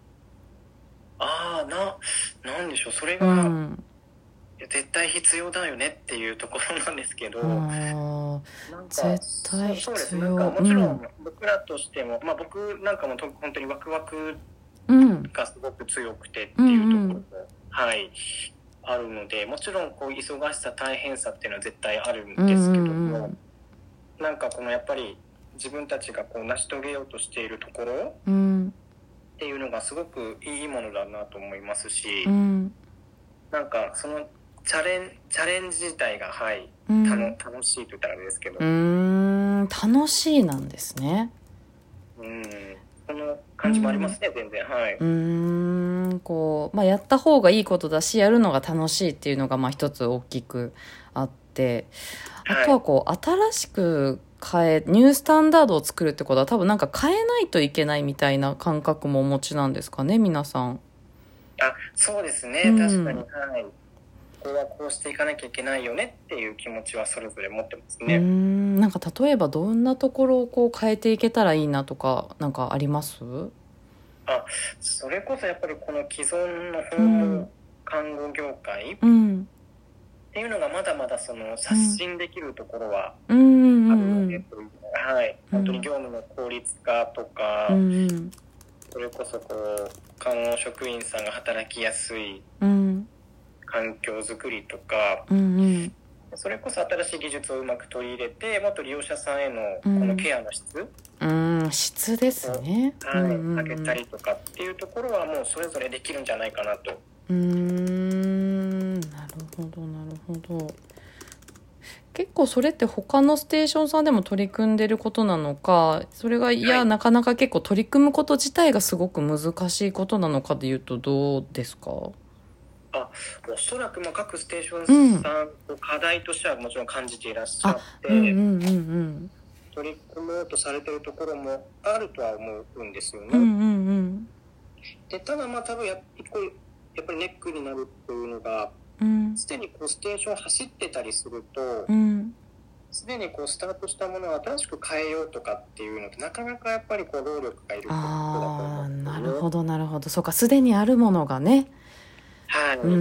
ああ、な、なんでしょう。それが、うん、絶対必要だよねっていうところなんですけど、 あ、なんか絶対必要。そうです。なんかもちろん僕らとしても、うん、まあ僕なんかもと本当にワクワクがすごく強くてっていうところも、うんうん、はい、あるので、もちろんこう忙しさ大変さっていうのは絶対あるんですけども、うんうん、なんかこのやっぱり自分たちがこう成し遂げようとしているところ、うん、っていうのがすごくいいものだなと思いますし、うん、なんかそのチャレン、チャレンジ自体が、はい、うん、たの楽しいと言ったらあれですけど、うーん、楽しいなんですね。 うん、その感じもありますね、うん、全然。はい。 うーん、こう、まあ、やった方がいいことだし、やるのが楽しいっていうのがまあ一つ大きくあって、あとはこう、はい、新しく変えニュースタンダードを作るってことは多分なんか変えないといけないみたいな感覚もお持ちなんですかね、皆さん。 あ、そうですね、うん、確かに、はい。ここはこうしていかなきゃいけないよねっていう気持ちはそれぞれ持ってますね。 うーん、なんか例えばどんなところをこう変えていけたらいいなとかなんかあります？ あ、それこそやっぱりこの既存の訪問看護業界、うん、っっていうのがまだまだその刷新できるところはあるので、はい、本当に業務の効率化とか、うん、それこそこう看護職員さんが働きやすい環境づくりとか、うんうん、それこそ新しい技術をうまく取り入れてもっと利用者さんへのこのケアの質、 うん、質ですね、 はい、上げたりとかっていうところはもうそれぞれできるんじゃないかなと。 うーん、なるほどなるほど。結構それって他のステーションさんでも取り組んでることなのか、それがいや、はい、なかなか結構取り組むこと自体がすごく難しいことなのかでいうとどうですか？ あ、おそらくまあ各ステーションさん、うん、課題としてはもちろん感じていらっしゃって、うんうんうんうん、取り組もうとされているところもあるとは思うんですよね。うんうんうん、でただまあ多分や一個やっぱりネックになるというのが、すで、うん、にこうステーション走ってたりすると、すで、うん、にこうスタートしたものを新しく変えようとかっていうのってなかなかやっぱりこう労力がいることだと思うんですよね。あ、なるほどなるほど。そうか、すでにあるものがね。はい、うんうんうんうん、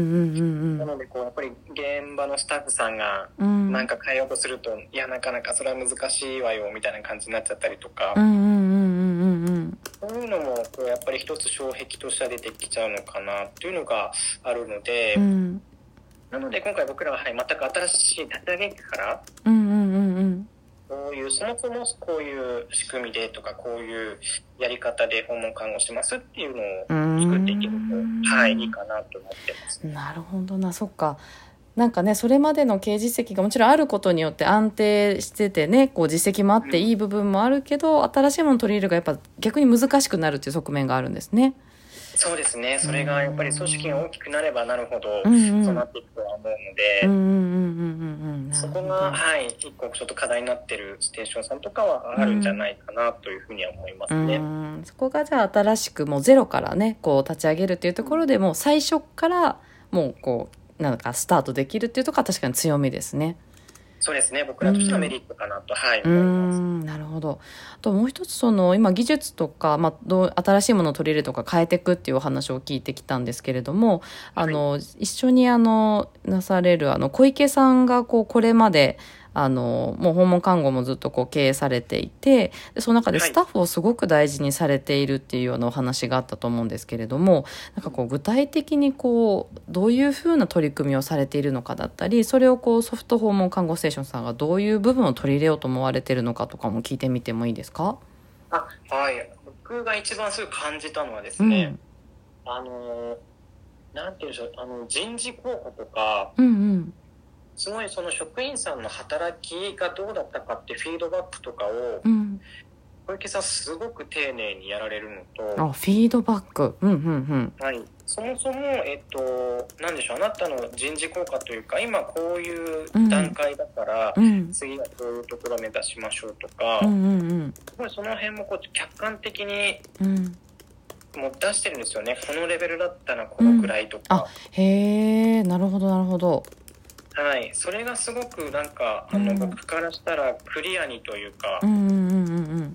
なのでこうやっぱり現場のスタッフさんが何か変えようとすると、うん、いやなかなかそれは難しいわよみたいな感じになっちゃったりとか、うんうんうんうんうん、そういうのもこうやっぱり一つ障壁としては出てきちゃうのかなっていうのがあるので、うん、なので今回僕らは、はい、全く新しい立ち上げから、うんうんうんうん、こういうそもそもこういう仕組みでとかこういうやり方で訪問看護しますっていうのを作っていけると、はい、いいかなと思ってます。なるほどな、そっか。なんかね、それまでの経営実績がもちろんあることによって安定しててね、こう実績もあっていい部分もあるけど、うん、新しいものを取り入れるがやっぱ逆に難しくなるっていう側面があるんですね。そうですね。それがやっぱり組織が大きくなればなるほど、うんうん、そうなっていくとは思うので、うんうんうんうんうん、そこが、はい、一個ちょっと課題になってるステーションさんとかはあるんじゃないかなというふうには思いますね。うん、そこがじゃあ新しくもうゼロからね、こう立ち上げるっていうところでもう最初からもうこうなんかスタートできるっていうところは確かに強みですね。そうですね、僕らとしてはメリットかなと、うん、はい、思います。うん、なるほど。あともう一つ、その今技術とか、まあ、どう新しいものを取り入れるとか変えていくっていうお話を聞いてきたんですけれども、あの、はい、一緒にあのなされるあの小池さんがこうこれまであのもう訪問看護もずっとこう経営されていて、でその中でスタッフをすごく大事にされているっていうようなお話があったと思うんですけれども、なんかこう具体的にこうどういうふうな取り組みをされているのかだったり、それをこうソフト訪問看護ステーションさんがどういう部分を取り入れようと思われているのかとかも聞いてみてもいいですか？あ、はい。僕が一番すぐ感じたのはですね、うん、あのなんていうんでしょう、あの人事候補とか、うんうん、すごいその職員さんの働きがどうだったかってフィードバックとかを、うん、小池さんすごく丁寧にやられるのと、あ、フィードバック、うんうんうん、はい、そもそもえっとなんでしょう、あなたの人事効果というか今こういう段階だから、うん、次はこういうところを目指しましょうとか、うんうんうん、すごいその辺もこう客観的に、うん、もう出してるんですよね。このレベルだったらこのくらいとか、うん、あ、へー、なるほどなるほど。はい、それがすごくなんか、うん、あの僕からしたらクリアにというか、うんうんうんうん、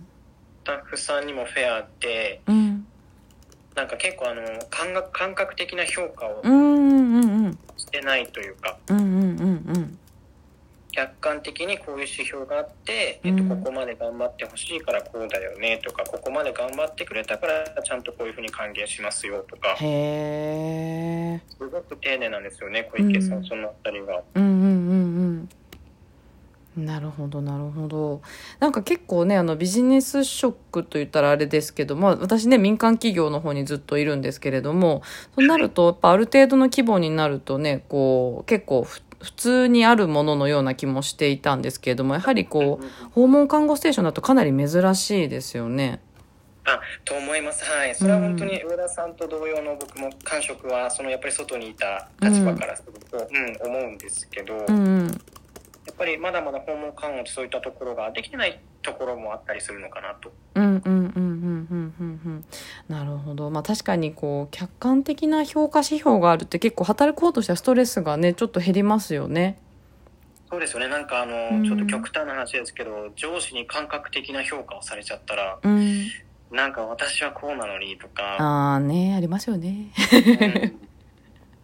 スタッフさんにもフェアで、うん、なんか結構あの感覚、感覚的な評価をしてないというか、うんうんうんうん、客観的にこういう指標があって、えっと、ここまで頑張ってほしいからこうだよねとか、ここまで頑張ってくれたからちゃんとこういうふうに還元しますよとか、へー、すごく丁寧なんですよね、小池さん、うん、そのあたりが。うんうんうんうん、なるほどなるほど。なんか結構ね、あのビジネスショックと言ったらあれですけど、まあ、私ね民間企業の方にずっといるんですけれども、そうなるとやっぱある程度の規模になるとね、こう結構普通にあるもののような気もしていたんですけれども、やはりこう訪問看護ステーションだとかなり珍しいですよね。あ、と思います。はい。それは本当に上田さんと同様の僕も感触はそのやっぱり外にいた立場からすると、うん、うん、思うんですけど、うんうん、やっぱりまだまだ訪問看護ってそういったところができてないところもあったりするのかなと。うんうんうんうんうんうんうん。なるほど。まあ確かにこう客観的な評価指標があるって結構働く方としてはストレスがねちょっと減りますよね。そうですよね。なんかあの、うん、ちょっと極端な話ですけど、上司に感覚的な評価をされちゃったら、うん、なんか私はこうなのにとか。ああね、ありますよね。うん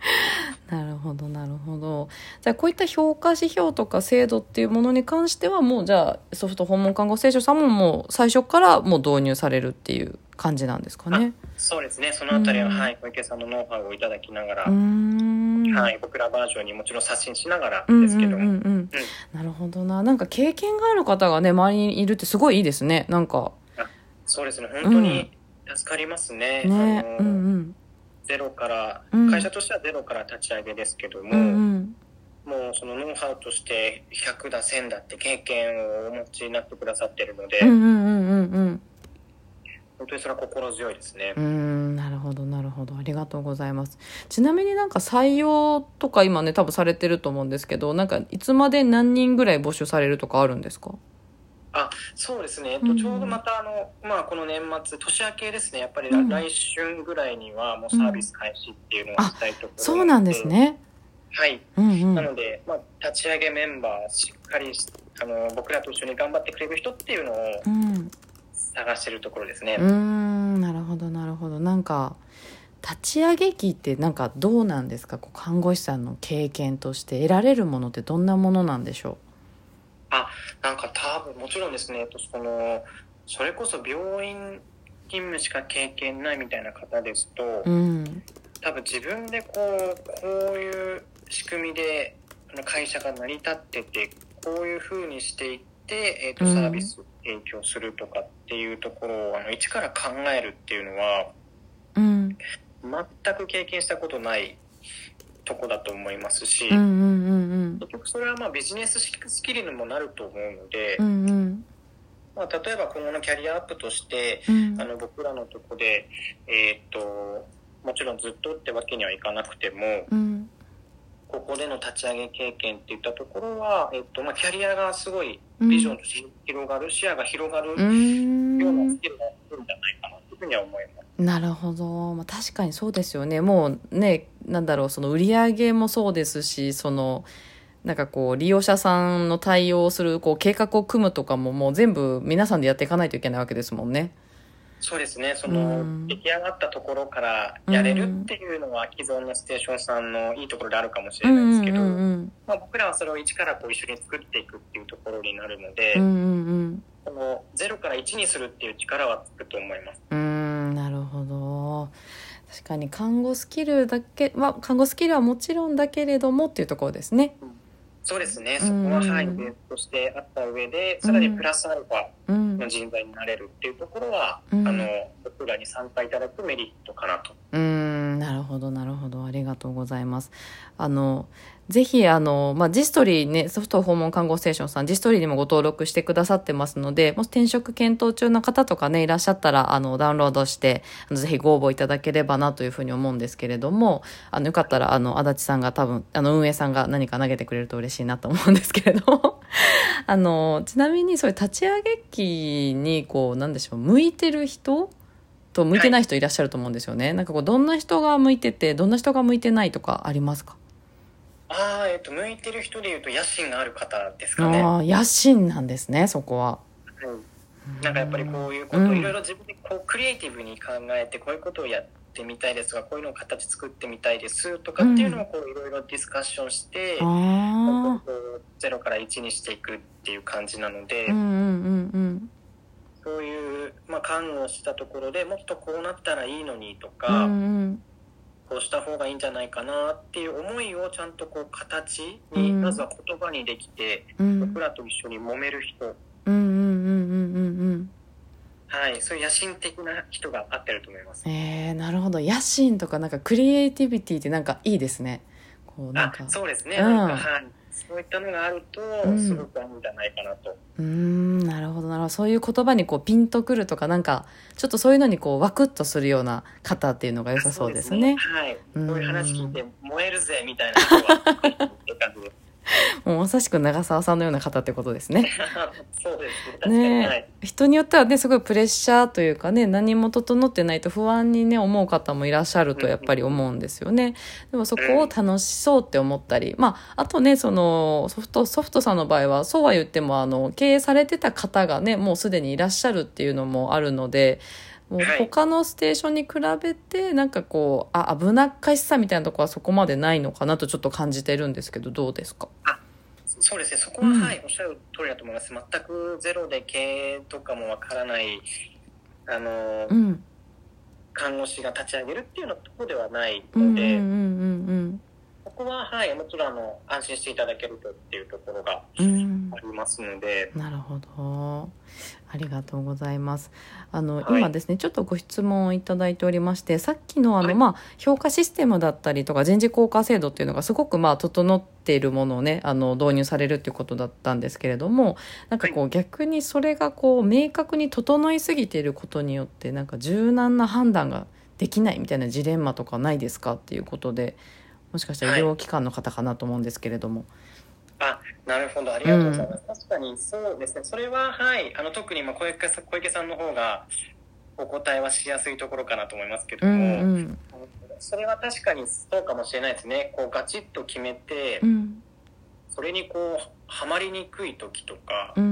なるほどなるほど。じゃあこういった評価指標とか制度っていうものに関してはもうじゃあソフト訪問看護ステーションさんももう最初からもう導入されるっていう感じなんですかね。 そうですね、そのあたりは、はい、小池さんのノウハウをいただきながら、うーん、はい、僕らバージョンにもちろん刷新しながらですけども、うんうんうんうん、 なるほどな。なんか経験がある方がね周りにいるってすごいいいですね。なんかそうですね、本当に助かりますね。うん、ね、あの、うんうん、ゼロから、会社としてはゼロから立ち上げですけども、うんうん、もうそのノウハウとしてひゃくだせんだって経験をお持ちになってくださってるので、うんうんうんうん、本当にそれは心強いですね。 うーん、なるほどなるほど、ありがとうございます。ちなみになんか採用とか今ね多分されてると思うんですけど、なんかいつまで何人ぐらい募集されるとかあるんですか？ あ、そうですね、えっと、ちょうどまたあの、まあ、この年末年明けですね、やっぱり来春ぐらいにはもうサービス開始っていうのをしたいところなので、うん、 そうなんですね。 はい、うんうん、なので、まあ、立ち上げメンバーしっかりあの僕らと一緒に頑張ってくれる人っていうのを探してるところですね。 うん、うーん、なるほどなるほど。なんか立ち上げ期ってなんかどうなんですか？こう看護師さんの経験として得られるものってどんなものなんでしょう？ あ、なんか多分もちろんですね、そのそれこそ病院勤務しか経験ないみたいな方ですと、うん、多分自分でこうこういう仕組みで会社が成り立っててこういう風にしていって、えーと、サービスを提供するとかっていうところをあの一から考えるっていうのは、うん、全く経験したことないとこだと思いますし、うんうんうんうん、結局それはまあビジネススキルにもなると思うので、うんうん、まあ、例えば今後のキャリアアップとして、うん、あの僕らのとこで、えー、っともちろんずっとってわけにはいかなくても、うん、ここでの立ち上げ経験っていったところは、えーっとまあ、キャリアがすごいビジョンとして広がる、うん、視野が広がるようなスキルがあるんじゃないかなというふうには思います。 なるほど、まあ、確かにそうですよね。もうね、なんだろう、その売り上げもそうですし、そのなんかこう利用者さんの対応するこう計画を組むとかももう全部皆さんでやっていかないといけないわけですもんね。 そうですね、その出来上がったところからやれるっていうのは既存のステーションさんのいいところであるかもしれないですけど、うんうんうん、まあ、僕らはそれを一からこう一緒に作っていくっていうところになるので、うんうんうん、このゼロからいちにするっていう力はつくと思います。 うーん、なるほど。確かに看護スキルだけは、まあ、看護スキルはもちろんだけれどもっていうところですね。 うん、そうですね、そこははいベースとしてあった上で、さらにプラスアルファの人材になれるっていうところは、うん、あの僕らに参加いただくメリットかなと。 うーん、なるほどなるほど、ありがとうございます。あのぜひあの、まあ、ジストリーね、ソフト訪問看護ステーションさん、ジストリーにもご登録してくださってますので、もし転職検討中の方とかねいらっしゃったら、あのダウンロードしてあのぜひご応募いただければなというふうに思うんですけれども、あのよかったらあの足立さんが多分あの運営さんが何か投げてくれると嬉しいなと思うんですけれどあのちなみにそういう立ち上げ期にこうなんでしょう、向いてる人と向いてない人いらっしゃると思うんですよね。はい、なんかこうどんな人が向いててどんな人が向いてないとかありますか？ ああ、えっと向いてる人でいうと野心がある方ですかね。 ああ、野心なんですね、そこは。 うん、なんかやっぱりこういうことをいろいろ自分でこうクリエイティブに考えて、こういうことをやってみたいですとか、こういうのを形作ってみたいですとかっていうのをこういろいろディスカッションして、うん、ゼロからいちにしていくっていう感じなので、うんうんうんうん、そういう、まあ、看護したところでもっとこうなったらいいのにとか、うんうん、こうした方がいいんじゃないかなっていう思いをちゃんとこう形に、うん、まずは言葉にできて、うん、僕らと一緒に揉める人、うんうんうんうんうん、はい、そういう野心的な人が合ってると思います。 えー、なるほど。野心とかなんかクリエイティビティってなんかいいですね。こうなんか、 あ、そうですね、うん、なんか、はい、そういったのがあるとすごく合うんじゃないかなと。 うーん、なるほどなるほど。そういう言葉にこうピンとくるとか、なんかちょっとそういうのにこうワクッとするような方っていうのが良さそうですね。 そうですね、はい、こういう話聞いて燃えるぜみたいな人はっていう感じです。 もうまさしく長澤さんのような方ってことですね。 そうですね。ね、はい、 人によってはねすごいプレッシャーというかね、何も整ってないと不安にね思う方もいらっしゃるとやっぱり思うんですよね。でもそこを楽しそうって思ったり、まああとねそのソフトソフトさんの場合はそうは言ってもあの経営されてた方がねもうすでにいらっしゃるっていうのもあるので、 もう他のステーションに比べてなんかこうあ危なっかしさみたいなところはそこまでないのかなとちょっと感じてるんですけど、どうですか？ あ、そうですね、そこは、うん、はい、おっしゃる通りだと思います。全くゼロで経営とかもわからないあの、うん、看護師が立ち上げるっていうようなところではないので、うんうんうんうん、ここは、はい、もちろんあの安心していただけるとっていうところがありますので、 うん、なるほど、ありがとうございます。あの、はい、今ですねちょっとご質問をいただいておりまして、さっきのあの、はい、まあ、評価システムだったりとか人事考課制度っていうのがすごくまあ整っているものをねあの導入されるっていうことだったんですけれども、なんかこう、はい、逆にそれがこう明確に整いすぎていることによってなんか柔軟な判断ができないみたいなジレンマとかないですかっていうことで、もしかしたら医療機関の方かなと思うんですけれども。 あ、なるほど、ありがとうございます。うん、確かにそうですね、それは、はい、あの特にまあ小池さん、小池さんの方がお答えはしやすいところかなと思いますけども、うんうん、それは確かにそうかもしれないですね。こうガチッと決めて、うん、それにこうはまりにくい時とか、うんうん、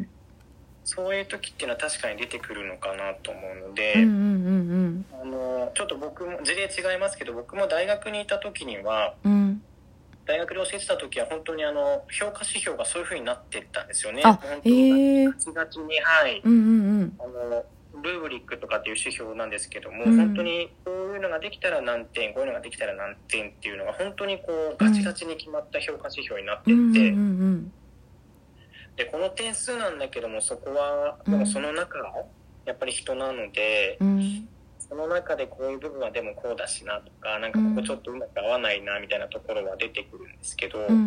そういう時っていうのは確かに出てくるのかなと思うので、うんうんうんうん、あのちょっと僕も事例違いますけど、僕も大学にいた時には、うん、大学で教えてた時は本当にあの評価指標がそういう風になってったんですよね。 あ、本当にガチガチに、はい、うんうんうん、あのルーブリックとかっていう指標なんですけども、うん、本当にこういうのができたら何点、こういうのができたら何点っていうのが本当にこうガチガチに決まった評価指標になってって、うんうんうんうん、でこの点数なんだけども、そこはでもその中のやっぱり人なので、うん、その中でこういう部分はでもこうだしなとか、なんかここちょっとうまく合わないなみたいなところは出てくるんですけど、うんうんうんうん、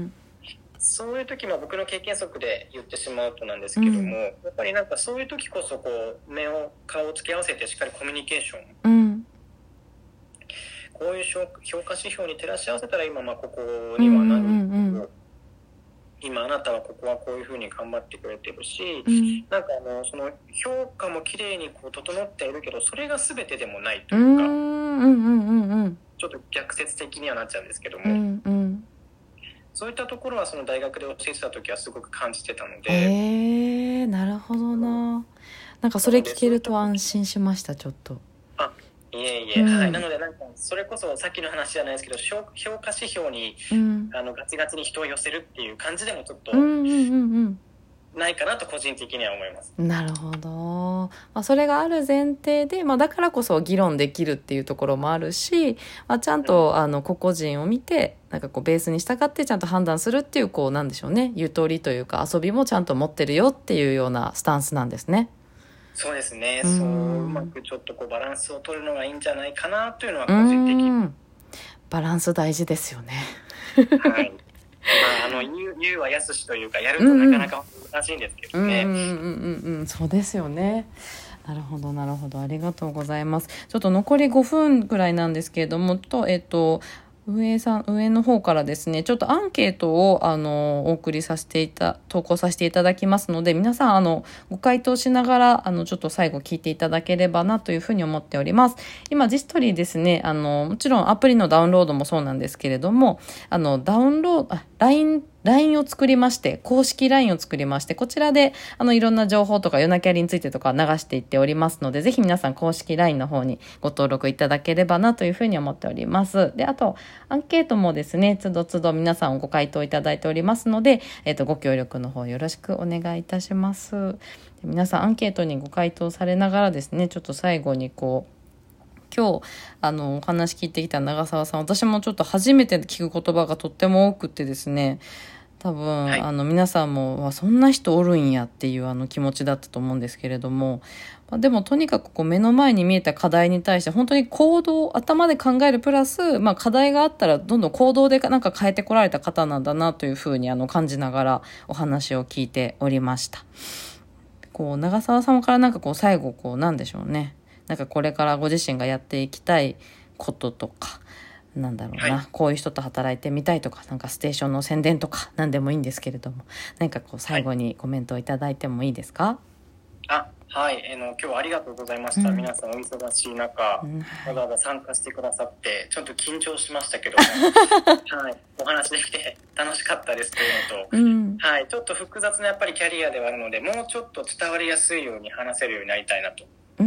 そういう時も僕の経験則で言ってしまうとなんですけども、うん、やっぱりなんかそういう時こそこう目を顔を付け合わせてしっかりコミュニケーション、うん、こういう評価指標に照らし合わせたら今まあここにはなるんですけど、うんうんうん、今あなたはここはこういうふうに頑張ってくれてるし、うん、なんかあのその評価も綺麗にこう整っているけど、それが全てでもないというか、うんうんうんうん、ちょっと逆説的にはなっちゃうんですけども、うんうん、そういったところはその大学で教えてた時はすごく感じてたので。 へー、なるほどな。なんかそれ聞けると安心しました。ちょっと。 あ、いえいえ、うん、はい。なのでなんかそれこそさっきの話じゃないですけど、評価指標に、うん、あのガチガチに人を寄せるっていう感じでもちょっと、うんうんうんうんないかなと個人的には思います。 なるほど、まあ、それがある前提で、まあ、だからこそ議論できるっていうところもあるし、まあ、ちゃんと、うん、あの個々人を見てなんかこうベースに従ってちゃんと判断するっていう、こうなんでしょうね、ゆとりというか遊びもちゃんと持ってるよっていうようなスタンスなんですね。 そうですね、うん、そううまくちょっとこうバランスを取るのがいいんじゃないかなというのは個人的に、うん、 バランス大事ですよね。 はい。まあ、あの言う、言うはやすしというか、やるとなかなか難しいんですけどね。うんうんうんうん、 そうですよね。なるほどなるほど、ありがとうございます。ちょっと残りごふんぐらいなんですけれども、とえっと運営さん、運営の方からですね、ちょっとアンケートを、あの、お送りさせていた、投稿させていただきますので、皆さん、あの、ご回答しながら、あの、ちょっと最後聞いていただければなというふうに思っております。今、ジストリーですね、あの、もちろんアプリのダウンロードもそうなんですけれども、あの、ダウンロード、あ、ライン、ライン を作りまして、公式 ライン を作りまして、こちらで、あの、いろんな情報とか、夜なキャリについてとか流していっておりますので、ぜひ皆さん公式 ライン の方にご登録いただければなというふうに思っております。で、あと、アンケートもですね、つどつど皆さんご回答いただいておりますので、えっと、ご協力の方よろしくお願いいたします。で、皆さんアンケートにご回答されながらですね、ちょっと最後にこう、今日あのお話聞いてきた長澤さん、私もちょっと初めて聞く言葉がとっても多くてですね、多分、はい、あの皆さんもそんな人おるんやっていうあの気持ちだったと思うんですけれども、まあ、でもとにかくこう目の前に見えた課題に対して本当に行動、頭で考えるプラス、まあ、課題があったらどんどん行動でなんか変えてこられた方なんだなというふうにあの感じながらお話を聞いておりました。こう長澤様からなんかこう最後こうなんでしょうね、なんかこれからご自身がやっていきたいこととか、なんだろうな、はい、こういう人と働いてみたいとか、なんかステーションの宣伝とか何でもいいんですけれども、何かこう最後にコメントをいただいてもいいですか？ はい、あ、はい、あの今日はありがとうございました。うん、皆さんお忙しい中、うん、わざわざ参加してくださってちょっと緊張しましたけども、はい、お話できて楽しかったですというのと、うん、はい、ちょっと複雑なやっぱりキャリアではあるので、もうちょっと伝わりやすいように話せるようになりたいなと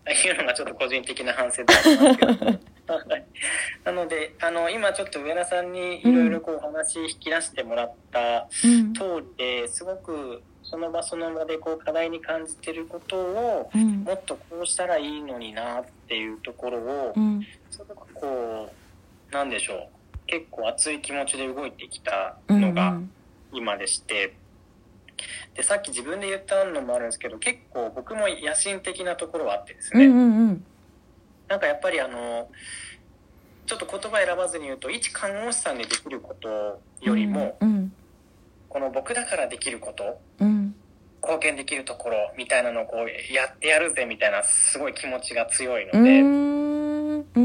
いうのがちょっと個人的な反省でありますけどなのであの今ちょっと上田さんにいろいろこう話引き出してもらった通りで、すごくその場その場でこう課題に感じてることを、もっとこうしたらいいのになっていうところを、すごくこうなんでしょう、結構熱い気持ちで動いてきたのが今でして、でさっき自分で言ったのもあるんですけど、結構僕も野心的なところはあってですね、うんうんうん、なんかやっぱりあのちょっと言葉選ばずに言うと、一看護師さんでできることよりも、うんうん、この僕だからできること、うん、貢献できるところみたいなのをこうやってやるぜみたいなすごい気持ちが強いので、うーん、うんうん、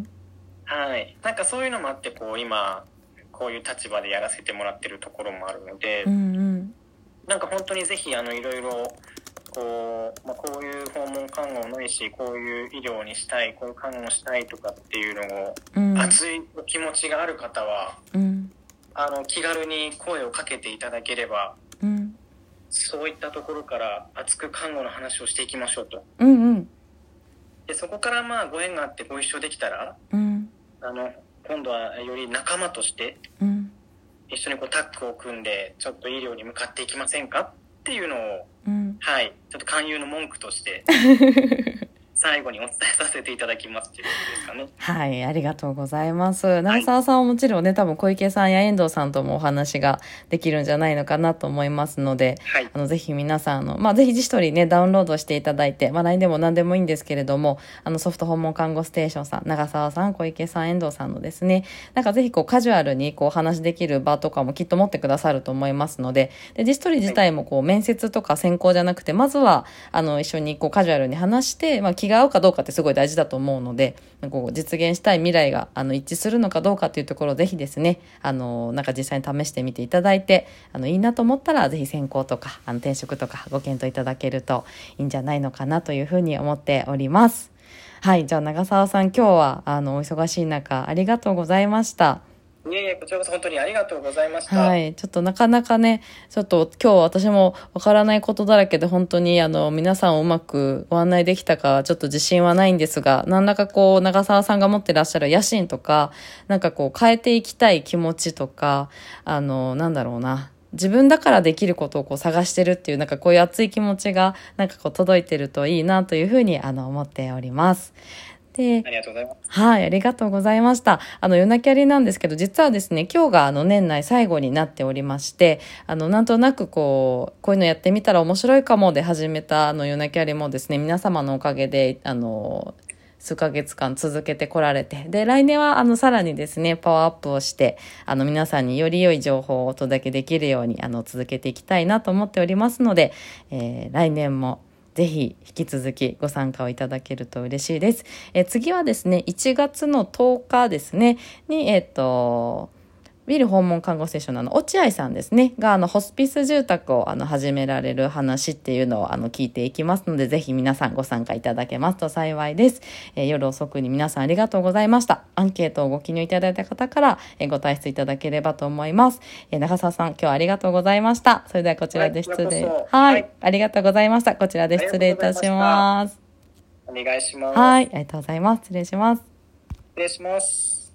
はい、なんかそういうのもあってこう今こういう立場でやらせてもらってるところもあるので、うんうん、なんか本当にぜひあのいろいろこう、まあ、こういう訪問看護のいいし、こういう医療にしたい、こういう看護したいとかっていうのを、うん、熱いお気持ちがある方は、うん、あの気軽に声をかけていただければ、うん、そういったところから熱く看護の話をしていきましょうと、うんうん、でそこからまあご縁があってご一緒できたら、うん、あの今度はより仲間として、うん、一緒にこうタッグを組んでちょっと医療に向かっていきませんかっていうのを、うん、はい、ちょっと勧誘の文句として最後にお伝えさせていただきますっていうことですかね。 はい、ありがとうございます。長澤さんはもちろんね、多分小池さんや遠藤さんともお話ができるんじゃないのかなと思いますので、はい、あのぜひ皆さんあの、まあ、ぜひ自主トリねダウンロードしていただいて、まあ、ライン でも何でもいいんですけれども、あのソフト訪問看護ステーションさん、長澤さん、小池さん、遠藤さんのですね、なんかぜひこうカジュアルにこうお話できる場とかもきっと持ってくださると思いますので、で自主トリ自体もこう面接とか選考じゃなくて、まずはあの一緒にこうカジュアルに話して、まあ、気が合うかどうかってすごい大事だと思うので、こう実現したい未来があの一致するのかどうかというところをぜひですね、あのなんか実際に試してみていただいて、あのいいなと思ったらぜひ選考とかあの転職とかご検討いただけるといいんじゃないのかなというふうに思っております。はい、じゃあ長澤さん、今日はあのお忙しい中ありがとうございました。 いえいえ、こちらこそ本当にありがとうございました。 はい。ちょっとなかなかね、ちょっと今日私もわからないことだらけで本当にあの皆さんをうまくご案内できたかちょっと自信はないんですが、何らかこう長澤さんが持ってらっしゃる野心とか、なんかこう変えていきたい気持ちとか、あの、なんだろうな。自分だからできることをこう探してるっていう、なんかこういう熱い気持ちがなんかこう届いてるといいなというふうにあの思っております。 で、ありがとうございます。 はい、ありがとうございました。あの、夜なきゃりなんですけど、実はですね、今日があの年内最後になっておりまして、あの、なんとなくこう、こういうのやってみたら面白いかもで始めたあの夜なきゃりもですね、皆様のおかげで、あの、数ヶ月間続けてこられて、で、来年はあの、さらにですね、パワーアップをして、あの、皆さんにより良い情報をお届けできるように、あの、続けていきたいなと思っておりますので、えー、来年も、ぜひ引き続きご参加をいただけると嬉しいです。えー、次はですね、いちがつのとおかですね、に、えっと、ウィル訪問看護ステーションのあの落合さんですねがあのホスピス住宅をあの始められる話っていうのをあの聞いていきますので、ぜひ皆さんご参加いただけますと幸いです。えー、夜遅くに皆さんありがとうございました。アンケートをご記入いただいた方から、えー、ご退出いただければと思います。えー、長澤さん、今日はありがとうございました。それではこちらで失礼、はい、はい、ありがとうございました。こちらで失礼いたします。 お願いします。 はい、ありがとうございます。失礼します。 失礼します。